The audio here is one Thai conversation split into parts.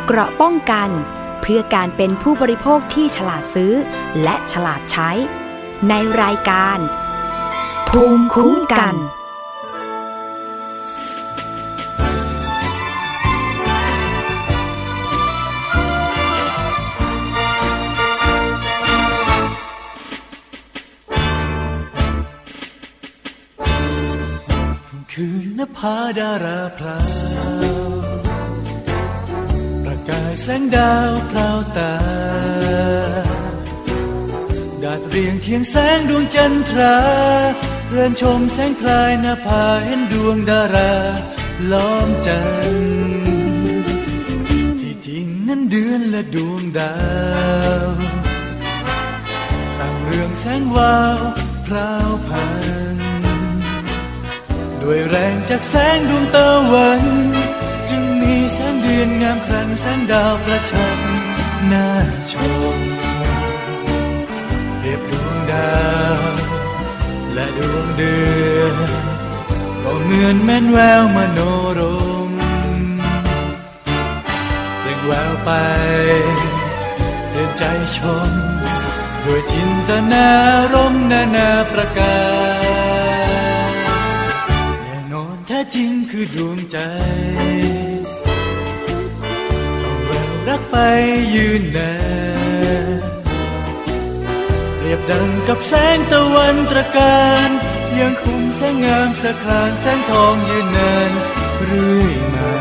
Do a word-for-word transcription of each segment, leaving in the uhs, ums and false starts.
เกราะป้องกันเพื่อการเป็นผู้บริโภคที่ฉลาดซื้อและฉลาดใช้ในรายการภูมิคุ้มกันคืนนภาดาราพราวประกายแสงดาวพราวตาดาดเรียงเคียงแสงดวงจันทราเรือนชมแสงพลายนภาเห็นดวงดาราล้อมจันทร์ที่จริงนั้นเดือนและดวงดาวต่างเรืองแสงวาวพราวพันด้วยแรงจากแสงดวงตะวันจึงมีแสงเดือนงามครันแสงดาวประชันน่าชมเปรียบดวงดาวและดวงเดือนก็เหมือนแม่นแววมโนรมเปล่งแววไปเรียนใจชมด้วยจินตนารมณ์นานาประการแท้จริงคือดวงใจส่องแววรักไปยืนนานเปรียบดังกับแสงตะวันตระการยังคงแสงงามสะครานแสงทองยืนนานเรื่อยมา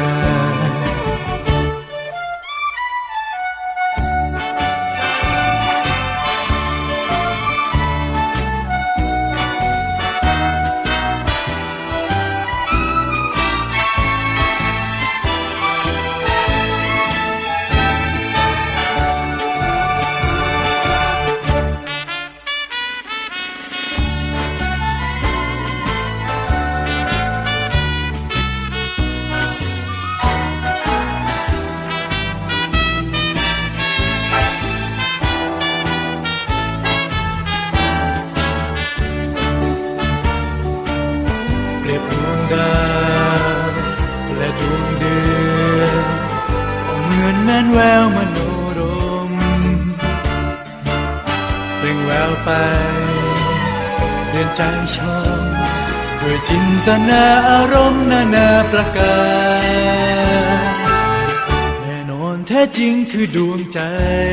ใจชมด้วยจินตนาอารมณ์นานาประการแน่นอนแท้จริงคือดวงใจ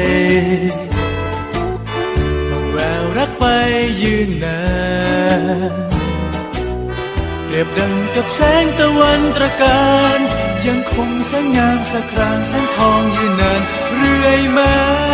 ส่องแววรักไปยืนนานเปรียบดังกับแสงตะวันตระการยังคงแสงงามสะครานแสงทองยืนนานเรื่อยมา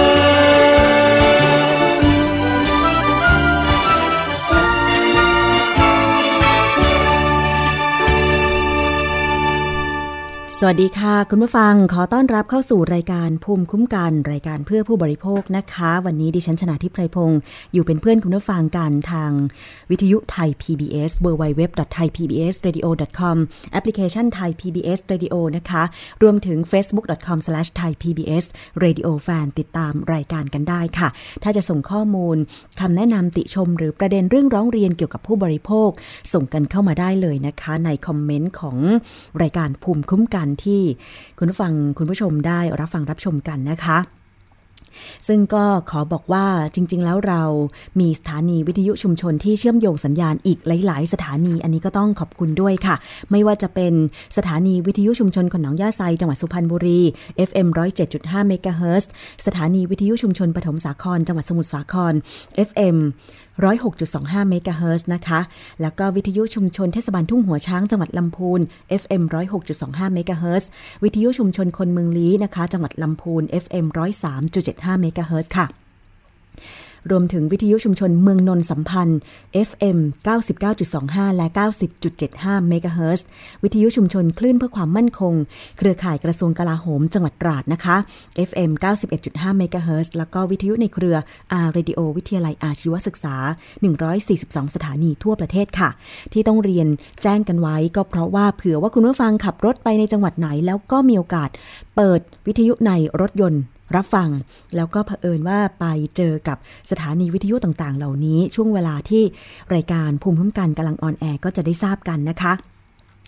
สวัสดีค่ะคุณผู้ฟังขอต้อนรับเข้าสู่รายการภูมิคุ้มกันรายการเพื่อผู้บริโภคนะคะวันนี้ดิฉันชนาธิป ไพรพงศ์อยู่เป็นเพื่อนคุณผู้ฟังกันทางวิทยุไทย พี บี เอส ดับเบิลยู ดับเบิลยู ดับเบิลยู ดอท ไทย พี บี เอส เรดิโอ ดอท คอม แอปพลิเคชัน Thai พี บี เอส Radio นะคะรวมถึง เฟซบุ๊ก ดอท คอม สแลช ไทย พี บี เอส เรดิโอ แฟน ติดตามรายการกันได้ค่ะถ้าจะส่งข้อมูลคำแนะนำติชมหรือประเด็นเรื่องร้องเรียนเกี่ยวกับผู้บริโภคส่งกันเข้ามาได้เลยนะคะในคอมเมนต์ของรายการภูมิคุ้มกันที่คุณผู้ฟังคุณผู้ชมได้รับฟังรับชมกันนะคะซึ่งก็ขอบอกว่าจริงๆแล้วเรามีสถานีวิทยุชุมชนที่เชื่อมโยงสัญญาณอีกหลายๆสถานีอันนี้ก็ต้องขอบคุณด้วยค่ะไม่ว่าจะเป็นสถานีวิทยุชุมชนของหนองย่าไซจังหวัดสุพรรณบุรี เอฟ เอ็ม หนึ่งร้อยเจ็ดจุดห้า เมกะเฮิรตซ์สถานีวิทยุชุมชนปฐมสาครจังหวัดสมุทรสาคร เอฟ เอ็มหนึ่งร้อยหกจุดสองห้า เมกะเฮิรตซ์นะคะแล้วก็วิทยุชุมชนเทศบาลทุ่งหัวช้างจังหวัดลำพูน เอฟ เอ็ม หนึ่งร้อยหกจุดสองห้า เมกะเฮิรตซ์วิทยุชุมชนคนเมืองลี้นะคะจังหวัดลำพูน เอฟ เอ็ม หนึ่งร้อยสามจุดเจ็ดห้า เมกะเฮิรตซ์ค่ะรวมถึงวิทยุชุมชนเมืองนนท์สัมพันธ์ เอฟ เอ็ม เก้าสิบเก้าจุดสองห้า และ เก้าสิบจุดเจ็ดห้า เมกะเฮิรตซ์วิทยุชุมชนคลื่นเพื่อความมั่นคงเครือข่ายกระทรวงกลาโหมจังหวัดตราดนะคะ เอฟ เอ็ม เก้าสิบเอ็ดจุดห้า เมกะเฮิรตซ์แล้วก็วิทยุในเครือ อาร์ Radio วิทยาลัยอาชีวศึกษาหนึ่งร้อยสี่สิบสองสถานีทั่วประเทศค่ะที่ต้องเรียนแจ้งกันไว้ก็เพราะว่าเผื่อว่าคุณผู้ฟังขับรถไปในจังหวัดไหนแล้วก็มีโอกาสเปิดวิทยุในรถยนต์รับฟังแล้วก็เผอิญว่าไปเจอกับสถานีวิทยุต่างๆเหล่านี้ช่วงเวลาที่รายการภูมิคุ้มกันกำลังออนแอร์ก็จะได้ทราบกันนะคะ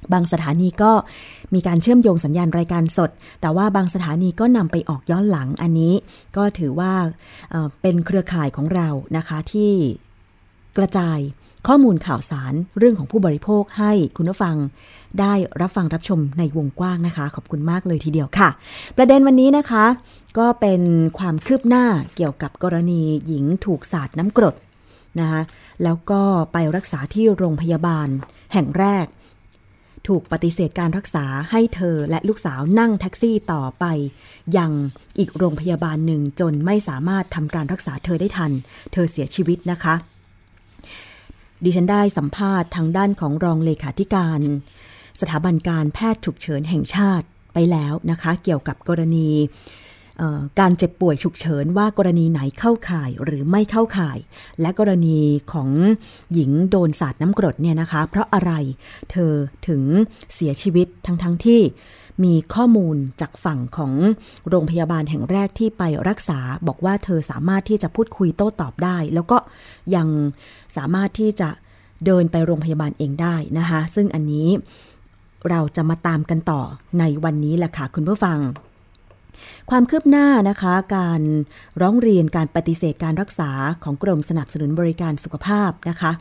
บางสถานีก็มีการเชื่อมโยงสัญญาณรายการสดแต่ว่าบางสถานีก็นำไปออกย้อนหลังอันนี้ก็ถือว่าเอ่อเป็นเครือข่ายของเรานะคะที่กระจายข้อมูลข่าวสารเรื่องของผู้บริโภคให้คุณผู้ฟังได้รับฟังรับชมในวงกว้างนะคะขอบคุณมากเลยทีเดียวค่ะประเด็นวันนี้นะคะก็เป็นความคืบหน้าเกี่ยวกับกรณีหญิงถูกสาดน้ำกรดนะคะแล้วก็ไปรักษาที่โรงพยาบาลแห่งแรกถูกปฏิเสธการรักษาให้เธอและลูกสาวนั่งแท็กซี่ต่อไปยังอีกโรงพยาบาลหนึ่งจนไม่สามารถทำการรักษาเธอได้ทันเธอเสียชีวิตนะคะดิฉันได้สัมภาษณ์ทางด้านของรองเลขาธิการสถาบันการแพทย์ฉุกเฉินแห่งชาติไปแล้วนะคะเกี่ยวกับกรณีการเจ็บป่วยฉุกเฉินว่ากรณีไหนเข้าข่ายหรือไม่เข้าข่ายและกรณีของหญิงโดนสาดน้ำกรดเนี่ยนะคะเพราะอะไรเธอถึงเสียชีวิตทั้งๆ ท, ที่มีข้อมูลจากฝั่งของโรงพยาบาลแห่งแรกที่ไปรักษาบอกว่าเธอสามารถที่จะพูดคุยโต้ตอบได้แล้วก็ยังสามารถที่จะเดินไปโรงพยาบาลเองได้นะคะซึ่งอันนี้เราจะมาตามกันต่อในวันนี้แหละค่ะคุณผู้ฟังความคืบหน้านะคะการร้องเรียนการปฏิเสธการรักษาของกรมสนับสนุนบริการสุขภาพนะคะ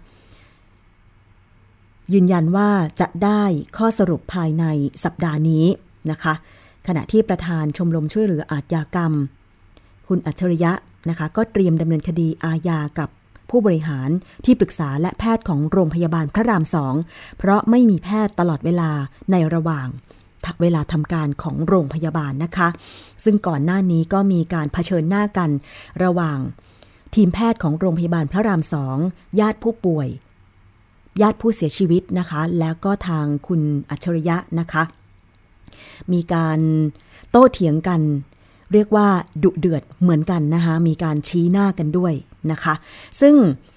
ยืนยันว่าจะได้ข้อสรุปภายในสัปดาห์นี้นะคะขณะที่ประธานชมรมช่วยเหลืออาชญากรรมคุณอัจฉริยะนะคะก็เตรียมดำเนินคดีอาญากับผู้บริหารที่ปรึกษาและแพทย์ของโรงพยาบาลพระรามสองเพราะไม่มีแพทย์ตลอดเวลาในระหว่างเวลาทำการของโรงพยาบาลนะคะซึ่งก่อนหน้านี้ก็มีการเผชิญหน้ากันระหว่างทีมแพทย์ของโรงพยาบาลพระรามสองญาติผู้ป่วยญาติผู้เสียชีวิตนะคะแล้วก็ทางคุณอัจฉริยะนะคะมีการโต้เถียงกันเรียกว่าดุเดือดเหมือนกันนะคะมีการชี้หน้ากันด้วยนะคะซึ่ง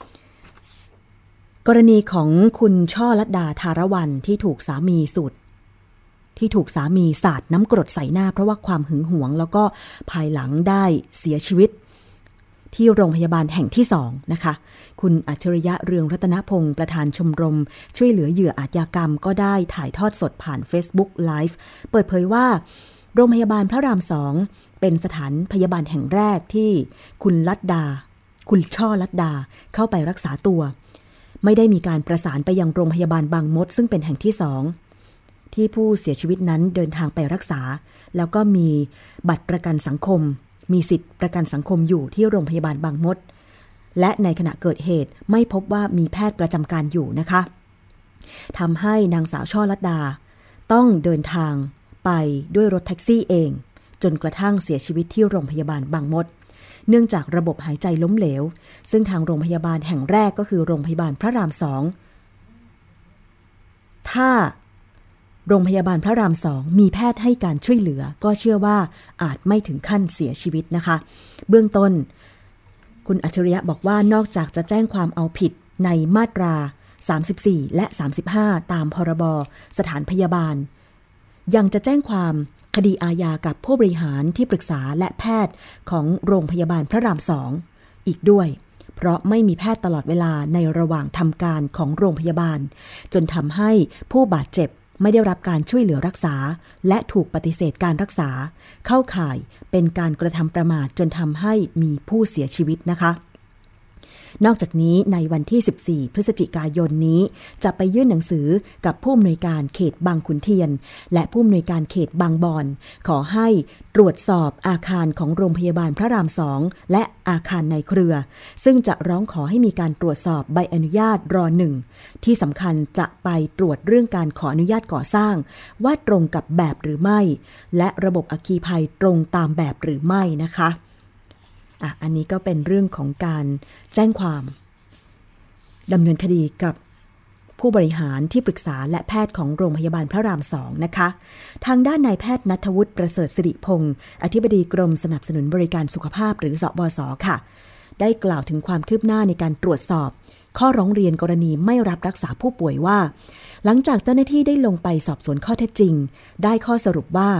กรณีของคุณช่อลัดดาธารวรรณที่ถูกสามีสูดที่ถูกสามีสาดน้ำกรดใส่หน้าเพราะว่าความหึงหวงแล้วก็ภายหลังได้เสียชีวิตที่โรงพยาบาลแห่งที่สองนะคะคุณอัจฉริยะเรืองรัตนพงศ์ประธานชมรมช่วยเหลือเหยื่ออาชญากรรมก็ได้ถ่ายทอดสดผ่าน Facebook Live เปิดเผยว่าโรงพยาบาลพระรามสองเป็นสถานพยาบาลแห่งแรกที่คุณลัดดาคุณช่อลัดดาเข้าไปรักษาตัวไม่ได้มีการประสานไปยังโรงพยาบาลบางมดซึ่งเป็นแห่งที่สองที่ผู้เสียชีวิตนั้นเดินทางไปรักษาแล้วก็มีบัตรประกันสังคมมีสิทธิประกันสังคมอยู่ที่โรงพยาบาลบางมดและในขณะเกิดเหตุไม่พบว่ามีแพทย์ประจำการอยู่นะคะทำให้นางสาวช่อลัดดาต้องเดินทางไปด้วยรถแท็กซี่เองจนกระทั่งเสียชีวิตที่โรงพยาบาลบางมดเนื่องจากระบบหายใจล้มเหลวซึ่งทางโรงพยาบาลแห่งแรกก็คือโรงพยาบาลพระรามสองถ้าโรงพยาบาลพระรามสองมีแพทย์ให้การช่วยเหลือก็เชื่อว่าอาจไม่ถึงขั้นเสียชีวิตนะคะเบื้องต้นคุณอัจฉริยะบอกว่านอกจากจะแจ้งความเอาผิดในมาตราสามสิบสี่และสามสิบห้าตามพรบสถานพยาบาลยังจะแจ้งความคดีอาญากับผู้บริหารที่ปรึกษาและแพทย์ของโรงพยาบาลพระรามสองอีกด้วยเพราะไม่มีแพทย์ตลอดเวลาในระหว่างทำการของโรงพยาบาลจนทำให้ผู้บาดเจ็บไม่ได้รับการช่วยเหลือรักษาและถูกปฏิเสธการรักษาเข้าข่ายเป็นการกระทำประมาทจนทำให้มีผู้เสียชีวิตนะคะนอกจากนี้ในวันที่สิบสี่พฤศจิกายนนี้จะไปยื่นหนังสือกับผู้อำนวยการเขตบางขุนเทียนและผู้อำนวยการเขตบางบอนขอให้ตรวจสอบอาคารของโรงพยาบาลพระรามสองและอาคารในเครือซึ่งจะร้องขอให้มีการตรวจสอบใบอนุญาตรอหนึ่งที่สำคัญจะไปตรวจเรื่องการขออนุญาตก่อสร้างว่าตรงกับแบบหรือไม่และระบบอัคคีภัยตรงตามแบบหรือไม่นะคะอ่ะอันนี้ก็เป็นเรื่องของการแจ้งความดำเนินคดีกับผู้บริหารที่ปรึกษาและแพทย์ของโรงพยาบาลพระรามสองนะคะทางด้านนายแพทย์ณัฐวุฒิประเสริฐสิริพงศ์อธิบดีกรมสนับสนุนบริการสุขภาพหรือสบศค่ะได้กล่าวถึงความคืบหน้าในการตรวจสอบข้อร้องเรียนกรณีไม่รับรักษาผู้ป่วยว่าหลังจากเจ้าหน้าที่ได้ลงไปสอบสวนข้อเท็จจริงได้ข้อสรุปว่า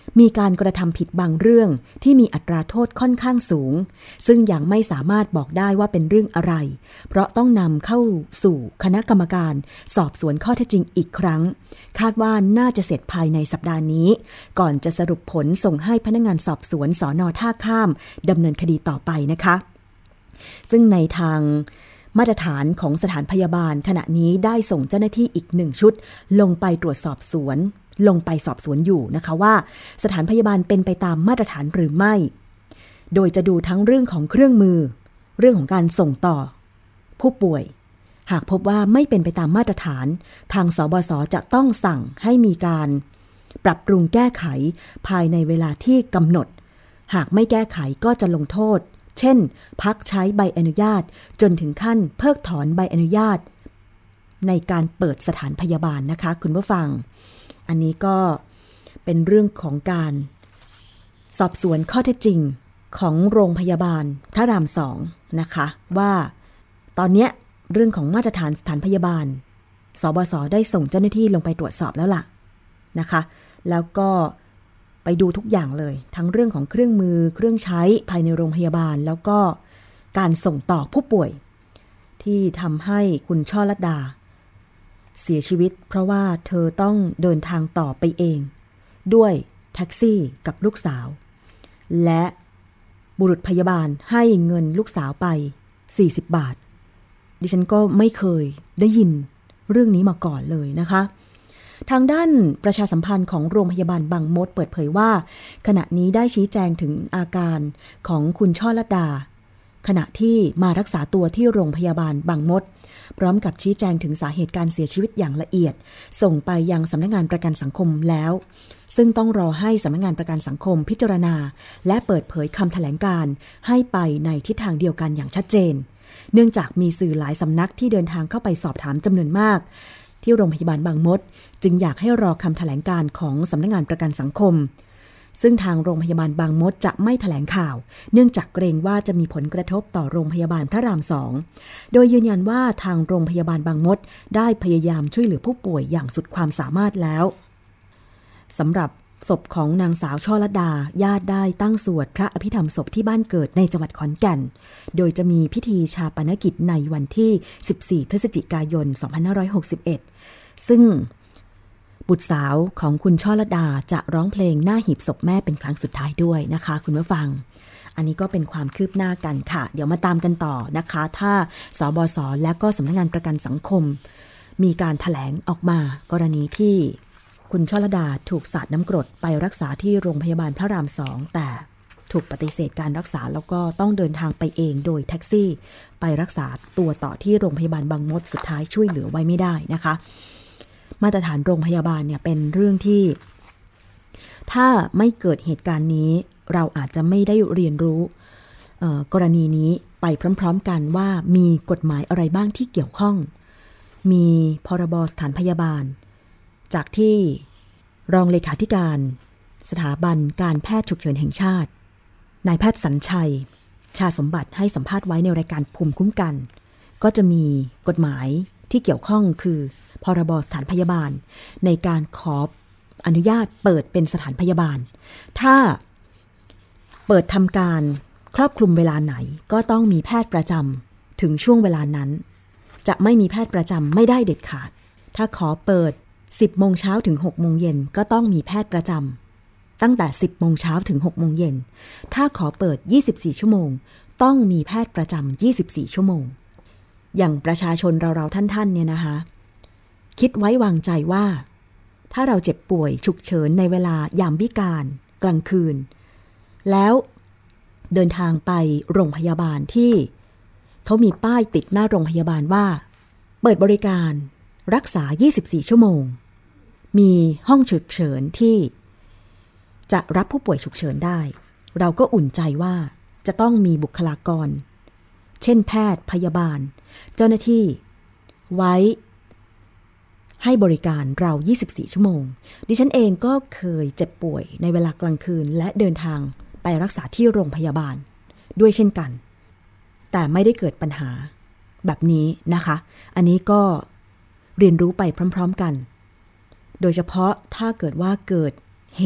มีการกระทำผิดบางเรื่องที่มีอัตราโทษค่อนข้างสูงซึ่งยังไม่สามารถบอกได้ว่าเป็นเรื่องอะไรเพราะต้องนำเข้าสู่คณะกรรมการสอบสวนข้อเท็จจริงอีกครั้งคาดว่าน่าจะเสร็จภายในสัปดาห์นี้ก่อนจะสรุปผลส่งให้พนักงานสอบสวนสน.ท่าข้ามดำเนินคดีต่อไปนะคะซึ่งในทางมาตรฐานของสถานพยาบาลขณะนี้ได้ส่งเจ้าหน้าที่อีกหนึ่งชุดลงไปตรวจสอบสวนลงไปสอบสวนอยู่นะคะว่าสถานพยาบาลเป็นไปตามมาตรฐานหรือไม่โดยจะดูทั้งเรื่องของเครื่องมือเรื่องของการส่งต่อผู้ป่วยหากพบว่าไม่เป็นไปตามมาตรฐานทางสบศจะต้องสั่งให้มีการปรับปรุงแก้ไขภายในเวลาที่กำหนดหากไม่แก้ไขก็จะลงโทษเช่นพักใช้ใบอนุญาตจนถึงขั้นเพิกถอนใบอนุญาตในการเปิดสถานพยาบาลนะคะคุณผู้ฟังอันนี้ก็เป็นเรื่องของการสอบสวนข้อเท็จจริงของโรงพยาบาลพระรามสองนะคะว่าตอนนี้เรื่องของมาตรฐานสถานพยาบาลสบศได้ส่งเจ้าหน้าที่ลงไปตรวจสอบแล้วล่ะนะคะแล้วก็ไปดูทุกอย่างเลยทั้งเรื่องของเครื่องมือเครื่องใช้ภายในโรงพยาบาลแล้วก็การส่งต่อผู้ป่วยที่ทำให้คุณช่อลัดดาเสียชีวิตเพราะว่าเธอต้องเดินทางต่อไปเองด้วยแท็กซี่กับลูกสาวและบุรุษพยาบาลให้เงินลูกสาวไปสี่สิบบาทดิฉันก็ไม่เคยได้ยินเรื่องนี้มาก่อนเลยนะคะทางด้านประชาสัมพันธ์ของโรงพยาบาลบางมดเปิดเผยว่าขณะนี้ได้ชี้แจงถึงอาการของคุณช่อลัดดาขณะที่มารักษาตัวที่โรงพยาบาลบางมดพร้อมกับชี้แจงถึงสาเหตุการเสียชีวิตอย่างละเอียดส่งไปยังสำนักงานประกันสังคมแล้วซึ่งต้องรอให้สำนักงานประกันสังคมพิจารณาและเปิดเผยคำแถลงการให้ไปในทิศทางเดียวกันอย่างชัดเจนเนื่องจากมีสื่อหลายสำนักที่เดินทางเข้าไปสอบถามจำนวนมากที่โรงพยาบาลบางมดจึงอยากให้รอคำแถลงการของสำนักงานประกันสังคมซึ่งทางโรงพยาบาลบางมดจะไม่แถลงข่าวเนื่องจากเกรงว่าจะมีผลกระทบต่อโรงพยาบาลพระรามสองโดยยืนยันว่าทางโรงพยาบาลบางมดได้พยายามช่วยเหลือผู้ป่วยอย่างสุดความสามารถแล้วสำหรับศพของนางสาวช่อลัดดาญาติได้ตั้งสวดพระอภิธรรมศพที่บ้านเกิดในจังหวัดขอนแก่นโดยจะมีพิธีชาปนกิจในวันที่สิบสี่พฤศจิกายนสองพันห้าร้อยหกสิบเอ็ดซึ่งบุตรสาวของคุณช่อลัดดาจะร้องเพลงหน้าหีบศพแม่เป็นครั้งสุดท้ายด้วยนะคะคุณผู้ฟังอันนี้ก็เป็นความคืบหน้ากันค่ะเดี๋ยวมาตามกันต่อนะคะถ้าสบศและก็สำนักงานประกันสังคมมีการแถลงออกมากรณีที่คุณช่อลัดดาถูกสาดน้ำกรดไปรักษาที่โรงพยาบาลพระรามสองแต่ถูกปฏิเสธการรักษาแล้วก็ต้องเดินทางไปเองโดยแท็กซี่ไปรักษาตัวต่อที่โรงพยาบาลบางมดสุดท้ายช่วยเหลือไว้ไม่ได้นะคะมาตรฐานโรงพยาบาลเนี่ยเป็นเรื่องที่ถ้าไม่เกิดเหตุการณ์นี้เราอาจจะไม่ได้เรียนรู้กรณีนี้ไปพร้อมๆกันว่ามีกฎหมายอะไรบ้างที่เกี่ยวข้องมีพรบสถานพยาบาลจากที่รองเลขาธิการสถาบันการแพทย์ฉุกเฉินแห่งชาตินายแพทย์สัญชัยชาสมบัติให้สัมภาษณ์ไว้ในรายการภูมิคุ้มกันก็จะมีกฎหมายที่เกี่ยวข้องคือพรบสถานพยาบาลในการขออนุญาตเปิดเป็นสถานพยาบาลถ้าเปิดทำการครอบคลุมเวลาไหนก็ต้องมีแพทย์ประจำถึงช่วงเวลานั้นจะไม่มีแพทย์ประจำไม่ได้เด็ดขาดถ้าขอเปิดสิบโมงเช้าถึงหกโมงเย็นก็ต้องมีแพทย์ประจำตั้งแต่สิบโมงเช้าถึงหกโมงเย็นถ้าขอเปิดยี่สิบสี่ชั่วโมงต้องมีแพทย์ประจำยี่สิบสี่ชั่วโมงอย่างประชาชนเราๆท่านๆเนี่ยนะคะคิดไว้วางใจว่าถ้าเราเจ็บป่วยฉุกเฉินในเวลายามวิกาลกลางคืนแล้วเดินทางไปโรงพยาบาลที่เขามีป้ายติดหน้าโรงพยาบาลว่าเปิดบริการรักษายี่สิบสี่ชั่วโมงมีห้องฉุกเฉินที่จะรับผู้ป่วยฉุกเฉินได้เราก็อุ่นใจว่าจะต้องมีบุคลากรเช่นแพทย์พยาบาลเจ้าหน้าที่ไว้ให้บริการเรายี่สิบสี่ชั่วโมงดิฉันเองก็เคยเจ็บป่วยในเวลากลางคืนและเดินทางไปรักษาที่โรงพยาบาลด้วยเช่นกันแต่ไม่ได้เกิดปัญหาแบบนี้นะคะอันนี้ก็เรียนรู้ไปพร้อมๆกันโดยเฉพาะถ้าเกิดว่าเกิดเหตุ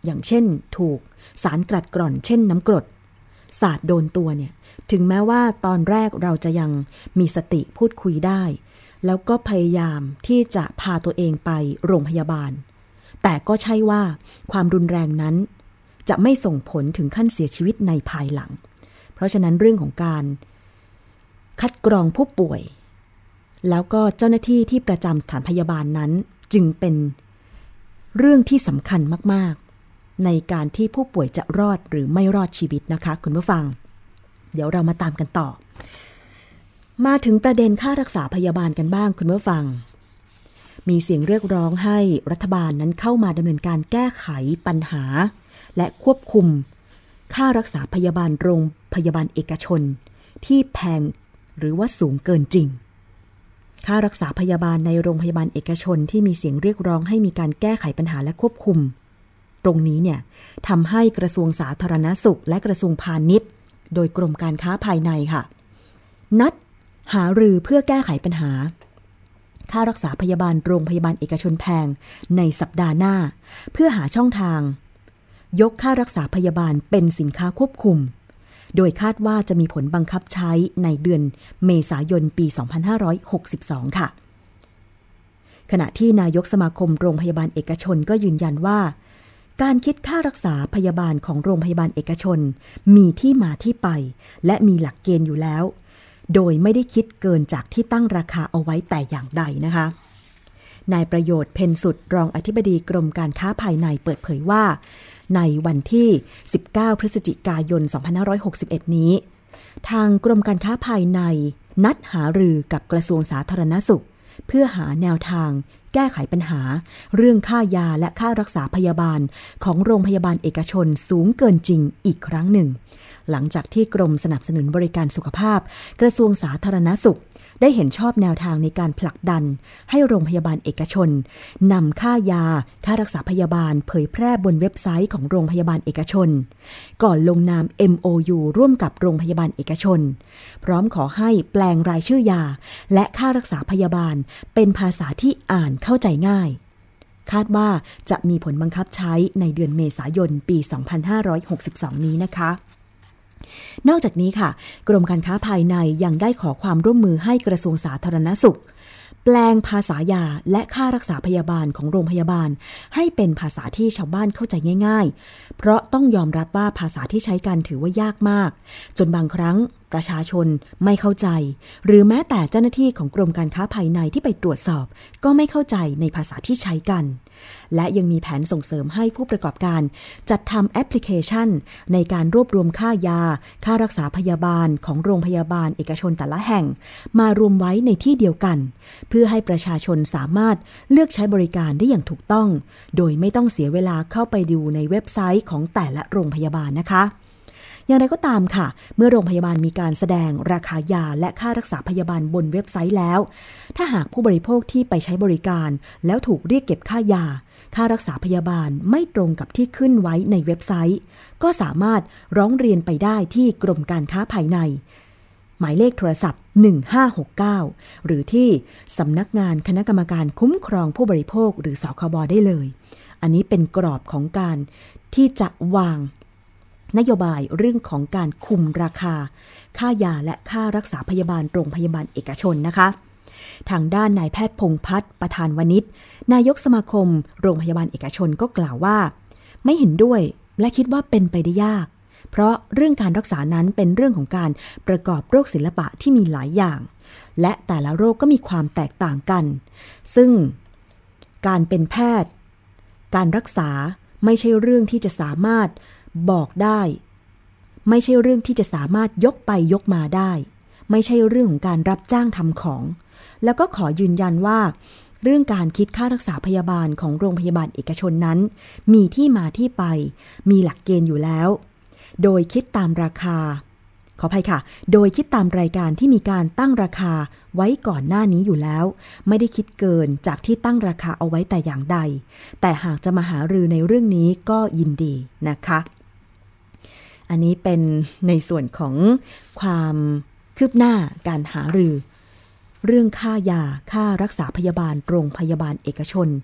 อย่างเช่นถูกสารกรัดกร่อนเช่นน้ำกรดสาดโดนตัวเนี่ยถึงแม้ว่าตอนแรกเราจะยังมีสติพูดคุยได้แล้วก็พยายามที่จะพาตัวเองไปโรงพยาบาลแต่ก็ใช่ว่าความรุนแรงนั้นจะไม่ส่งผลถึงขั้นเสียชีวิตในภายหลังเพราะฉะนั้นเรื่องของการคัดกรองผู้ป่วยแล้วก็เจ้าหน้าที่ที่ประจำสถานพยาบาลนั้นจึงเป็นเรื่องที่สำคัญมากๆในการที่ผู้ป่วยจะรอดหรือไม่รอดชีวิตนะคะคุณผู้ฟังเดี๋ยวเรามาตามกันต่อมาถึงประเด็นค่ารักษาพยาบาลกันบ้างคุณผู้ฟังมีเสียงเรียกร้องให้รัฐบาลนั้นเข้ามาดำเนินการแก้ไขปัญหาและควบคุมค่ารักษาพยาบาลโรงพยาบาลเอกชนที่แพงหรือว่าสูงเกินจริงค่ารักษาพยาบาลในโรงพยาบาลเอกชนที่มีเสียงเรียกร้องให้มีการแก้ไขปัญหาและควบคุมตรงนี้เนี่ยทำให้กระทรวงสาธารณสุขและกระทรวงพาณิชย์โดยกรมการค้าภายในค่ะนัดหารือเพื่อแก้ไขปัญหาค่ารักษาพยาบาลโรงพยาบาลเอกชนแพงในสัปดาห์หน้าเพื่อหาช่องทางยกค่ารักษาพยาบาลเป็นสินค้าควบคุมโดยคาดว่าจะมีผลบังคับใช้ในเดือนเมษายนปีสองพันห้าร้อยหกสิบสองค่ะขณะที่นายกสมาคมโรงพยาบาลเอกชนก็ยืนยันว่าการคิดค่ารักษาพยาบาลของโรงพยาบาลเอกชนมีที่มาที่ไปและมีหลักเกณฑ์อยู่แล้วโดยไม่ได้คิดเกินจากที่ตั้งราคาเอาไว้แต่อย่างใดนะคะนายประโยชน์เพ็ญสุดรองอธิบดีกรมการค้าภายในเปิดเผยว่าในวันที่สิบเก้าพฤศจิกายนสองพันห้าร้อยหกสิบเอ็ดนี้ทางกรมการค้าภายในนัดหารือกับกระทรวงสาธารณสุขเพื่อหาแนวทางแก้ไขปัญหาเรื่องค่ายาและค่ารักษาพยาบาลของโรงพยาบาลเอกชนสูงเกินจริงอีกครั้งหนึ่งหลังจากที่กรมสนับสนุนบริการสุขภาพกระทรวงสาธารณสุขได้เห็นชอบแนวทางในการผลักดันให้โรงพยาบาลเอกชนนำค่ายาค่ารักษาพยาบาลเผยแพร่บนเว็บไซต์ของโรงพยาบาลเอกชนก่อนลงนาม เอ็ม โอ ยู ร่วมกับโรงพยาบาลเอกชนพร้อมขอให้แปลงรายชื่อยาและค่ารักษาพยาบาลเป็นภาษาที่อ่านเข้าใจง่ายคาดว่าจะมีผลบังคับใช้ในเดือนเมษายนปีสองพันห้าร้อยหกสิบสองนี้นะคะนอกจากนี้ค่ะกรมการค้าภายในยังได้ขอความร่วมมือให้กระทรวงสาธารณสุขแปลงภาษายาและค่ารักษาพยาบาลของโรงพยาบาลให้เป็นภาษาที่ชาวบ้านเข้าใจง่ายๆเพราะต้องยอมรับว่าภาษาที่ใช้กันถือว่ายากมากจนบางครั้งประชาชนไม่เข้าใจหรือแม้แต่เจ้าหน้าที่ของกรมการค้าภายในที่ไปตรวจสอบก็ไม่เข้าใจในภาษาที่ใช้กันและยังมีแผนส่งเสริมให้ผู้ประกอบการจัดทำแอปพลิเคชันในการรวบรวมค่ายาค่ารักษาพยาบาลของโรงพยาบาลเอกชนแต่ละแห่งมารวมไว้ในที่เดียวกันเพื่อให้ประชาชนสามารถเลือกใช้บริการได้อย่างถูกต้องโดยไม่ต้องเสียเวลาเข้าไปดูในเว็บไซต์ของแต่ละโรงพยาบาลนะคะอย่างไรก็ตามค่ะเมื่อโรงพยาบาลมีการแสดงราคายาและค่ารักษาพยาบาลบนเว็บไซต์แล้วถ้าหากผู้บริโภคที่ไปใช้บริการแล้วถูกเรียกเก็บค่ายาค่ารักษาพยาบาลไม่ตรงกับที่ขึ้นไว้ในเว็บไซต์ก็สามารถร้องเรียนไปได้ที่กรมการค้าภายในหมายเลขโทรศัพท์หนึ่งห้าหกเก้าหรือที่สำนักงานคณะกรรมการคุ้มครองผู้บริโภคหรือสคบได้เลยอันนี้เป็นกรอบของการที่จะวางนโยบายเรื่องของการคุมราคาค่ายาและค่ารักษาพยาบาลโรงพยาบาลเอกชนนะคะทางด้านนายแพทย์พงษ์พัฒน์ประธานวณิชนายกสมาคมโรงพยาบาลเอกชนก็กล่าวว่าไม่เห็นด้วยและคิดว่าเป็นไปได้ยากเพราะเรื่องการรักษานั้นเป็นเรื่องของการประกอบโรคศิลปะที่มีหลายอย่างและแต่ละโรคก็มีความแตกต่างกันซึ่งการเป็นแพทย์การรักษาไม่ใช่เรื่องที่จะสามารถบอกได้ไม่ใช่เรื่องที่จะสามารถยกไปยกมาได้ไม่ใช่เรื่องของการรับจ้างทำของแล้วก็ขอยืนยันว่าเรื่องการคิดค่ารักษาพยาบาลของโรงพยาบาลเอกชนนั้นมีที่มาที่ไปมีหลักเกณฑ์อยู่แล้วโดยคิดตามราคาขออภัยค่ะโดยคิดตามรายการที่มีการตั้งราคาไว้ก่อนหน้านี้อยู่แล้วไม่ได้คิดเกินจากที่ตั้งราคาเอาไว้แต่อย่างใดแต่หากจะมาหารือในเรื่องนี้ก็ยินดีนะคะอันนี้เป็นในส่วนของความคืบหน้าการหารือเรื่องค่ายาค่ารักษาพยาบาลโรงพยาบาลเอกชน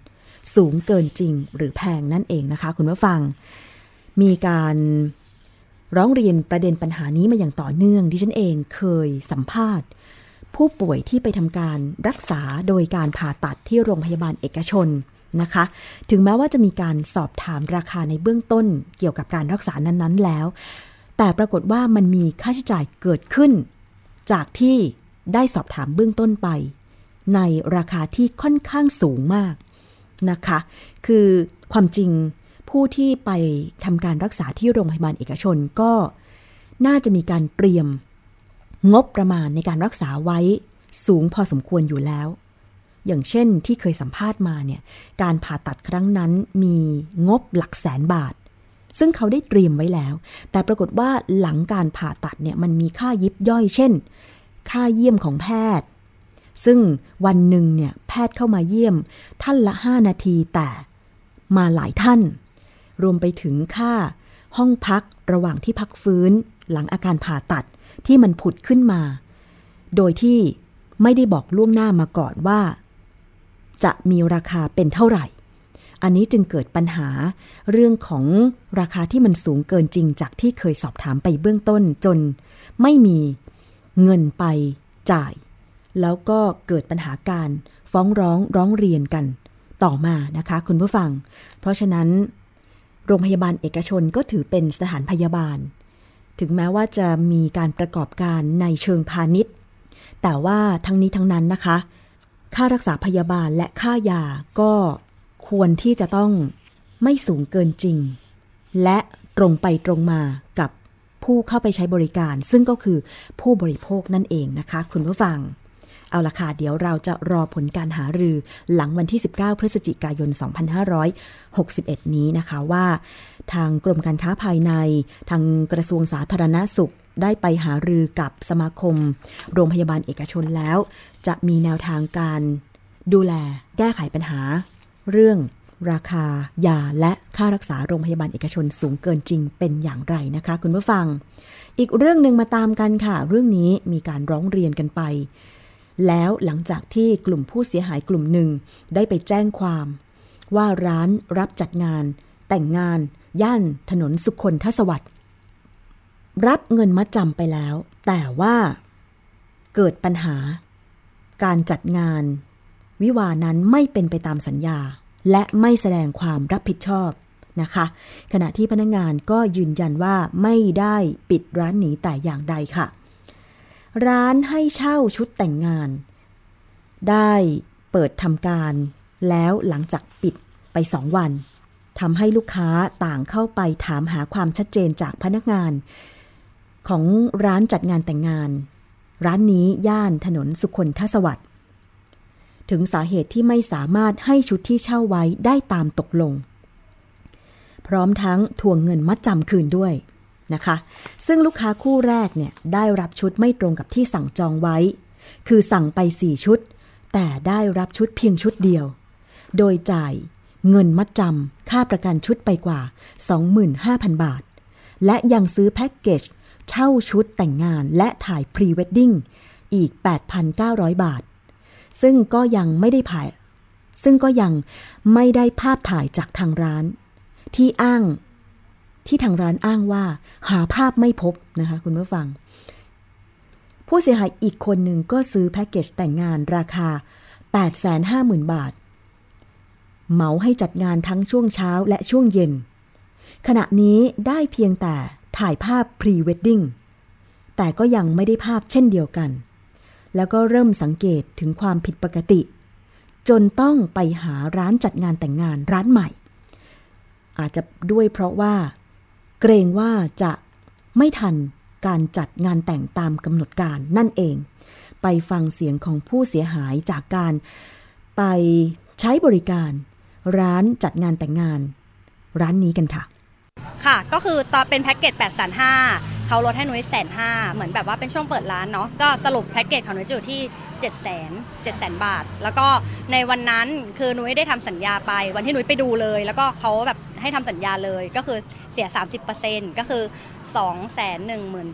สูงเกินจริงหรือแพงนั่นเองนะคะคุณผู้ฟังมีการร้องเรียนประเด็นปัญหานี้มาอย่างต่อเนื่องดิฉันเองเคยสัมภาษณ์ผู้ป่วยที่ไปทำการรักษาโดยการผ่าตัดที่โรงพยาบาลเอกชนนะคะถึงแม้ว่าจะมีการสอบถามราคาในเบื้องต้นเกี่ยวกับการรักษานั้นๆแล้วแต่ปรากฏว่ามันมีค่าใช้จ่ายเกิดขึ้นจากที่ได้สอบถามเบื้องต้นไปในราคาที่ค่อนข้างสูงมากนะคะคือความจริงผู้ที่ไปทำการรักษาที่โรงพยาบาลเอกชนก็น่าจะมีการเตรียมงบประมาณในการรักษาไว้สูงพอสมควรอยู่แล้วอย่างเช่นที่เคยสัมภาษณ์มาเนี่ยการผ่าตัดครั้งนั้นมีงบหลักแสนบาทซึ่งเขาได้เตรียมไว้แล้วแต่ปรากฏว่าหลังการผ่าตัดเนี่ยมันมีค่ายิบย่อยเช่นค่าเยี่ยมของแพทย์ซึ่งวันหนึ่งเนี่ยแพทย์เข้ามาเยี่ยมท่านละห้านาทีแต่มาหลายท่านรวมไปถึงค่าห้องพักระหว่างที่พักฟื้นหลังอาการผ่าตัดที่มันผุดขึ้นมาโดยที่ไม่ได้บอกล่วงหน้ามาก่อนว่าจะมีราคาเป็นเท่าไหร่อันนี้จึงเกิดปัญหาเรื่องของราคาที่มันสูงเกินจริงจากที่เคยสอบถามไปเบื้องต้นจนไม่มีเงินไปจ่ายแล้วก็เกิดปัญหาการฟ้องร้องร้องเรียนกันต่อมานะคะคุณผู้ฟังเพราะฉะนั้นโรงพยาบาลเอกชนก็ถือเป็นสถานพยาบาลถึงแม้ว่าจะมีการประกอบการในเชิงพาณิชย์แต่ว่าทั้งนี้ทั้งนั้นนะคะค่ารักษาพยาบาลและค่ายาก็ควรที่จะต้องไม่สูงเกินจริงและตรงไปตรงมากับผู้เข้าไปใช้บริการซึ่งก็คือผู้บริโภคนั่นเองนะคะคุณผู้ฟังเอาล่ะค่ะเดี๋ยวเราจะรอผลการหารือหลังวันที่สิบเก้าพฤศจิกายนสองพันห้าร้อยหกสิบเอ็ดนี้นะคะว่าทางกรมการค้าภายในทางกระทรวงสาธารณสุขได้ไปหารือกับสมาคมโรงพยาบาลเอกชนแล้วจะมีแนวทางการดูแลแก้ไขปัญหาเรื่องราคายาและค่ารักษาโรงพยาบาลเอกชนสูงเกินจริงเป็นอย่างไรนะคะคุณผู้ฟังอีกเรื่องนึงมาตามกันค่ะเรื่องนี้มีการร้องเรียนกันไปแล้วหลังจากที่กลุ่มผู้เสียหายกลุ่มหนึ่งได้ไปแจ้งความว่าร้านรับจัดงานแต่งงานย่านถนนสุคนทศวรรษรับเงินมัดจำไปแล้วแต่ว่าเกิดปัญหาการจัดงานวิวาห์นั้นไม่เป็นไปตามสัญญาและไม่แสดงความรับผิดชอบนะคะขณะที่พนักงานก็ยืนยันว่าไม่ได้ปิดร้านหนีแต่อย่างใดค่ะร้านให้เช่าชุดแต่งงานได้เปิดทำการแล้วหลังจากปิดไปสองวันทำให้ลูกค้าต่างเข้าไปถามหาความชัดเจนจากพนักงานของร้านจัดงานแต่งงานร้านนี้ย่านถนนสุคนทศวรรษถึงสาเหตุที่ไม่สามารถให้ชุดที่เช่าไว้ได้ตามตกลงพร้อมทั้งทวงเงินมัดจำคืนด้วยนะคะซึ่งลูกค้าคู่แรกเนี่ยได้รับชุดไม่ตรงกับที่สั่งจองไว้คือสั่งไปสี่ชุดแต่ได้รับชุดเพียงชุดเดียวโดยจ่ายเงินมัดจำค่าประกันชุดไปกว่า สองหมื่นห้าพัน บาทและยังซื้อแพ็กเกจเช่าชุดแต่งงานและถ่ายพรีเวดดิ้งอีก แปดพันเก้าร้อย บาทซึ่งก็ยังไม่ได้ถ่ายซึ่งก็ยังไม่ได้ภาพถ่ายจากทางร้านที่อ้างที่ทางร้านอ้างว่าหาภาพไม่พบนะคะคุณผู้ฟังผู้เสียหายอีกคนหนึ่งก็ซื้อแพ็กเกจแต่งงานราคา แปดแสนห้าหมื่น บาทเหมาให้จัดงานทั้งช่วงเช้าและช่วงเย็นขณะนี้ได้เพียงแต่ถ่ายภาพพรีเวดดิ้งแต่ก็ยังไม่ได้ภาพเช่นเดียวกันแล้วก็เริ่มสังเกตถึงความผิดปกติจนต้องไปหาร้านจัดงานแต่งงานร้านใหม่อาจจะด้วยเพราะว่าเกรงว่าจะไม่ทันการจัดงานแต่งตามกำหนดการนั่นเองไปฟังเสียงของผู้เสียหายจากการไปใช้บริการร้านจัดงานแต่งงานร้านนี้กันค่ะค่ะก็คือตอนเป็นแพ็กเกจ แปดแสนห้าหมื่น เขาลดให้นุ้ย หนึ่งแสนห้าหมื่น เหมือนแบบว่าเป็นช่วงเปิดร้านเนาะก็สรุปแพ็กเกจของนุ้ยอยู่ที่ เจ็ดแสน เจ็ดแสน บาทแล้วก็ในวันนั้นคือนุ้ยได้ทำสัญญาไปวันที่นุ้ยไปดูเลยแล้วก็เขาแบบให้ทำสัญญาเลยก็คือเสีย สามสิบเปอร์เซ็นต์ ก็คือ สองแสนหนึ่งหมื่น บาท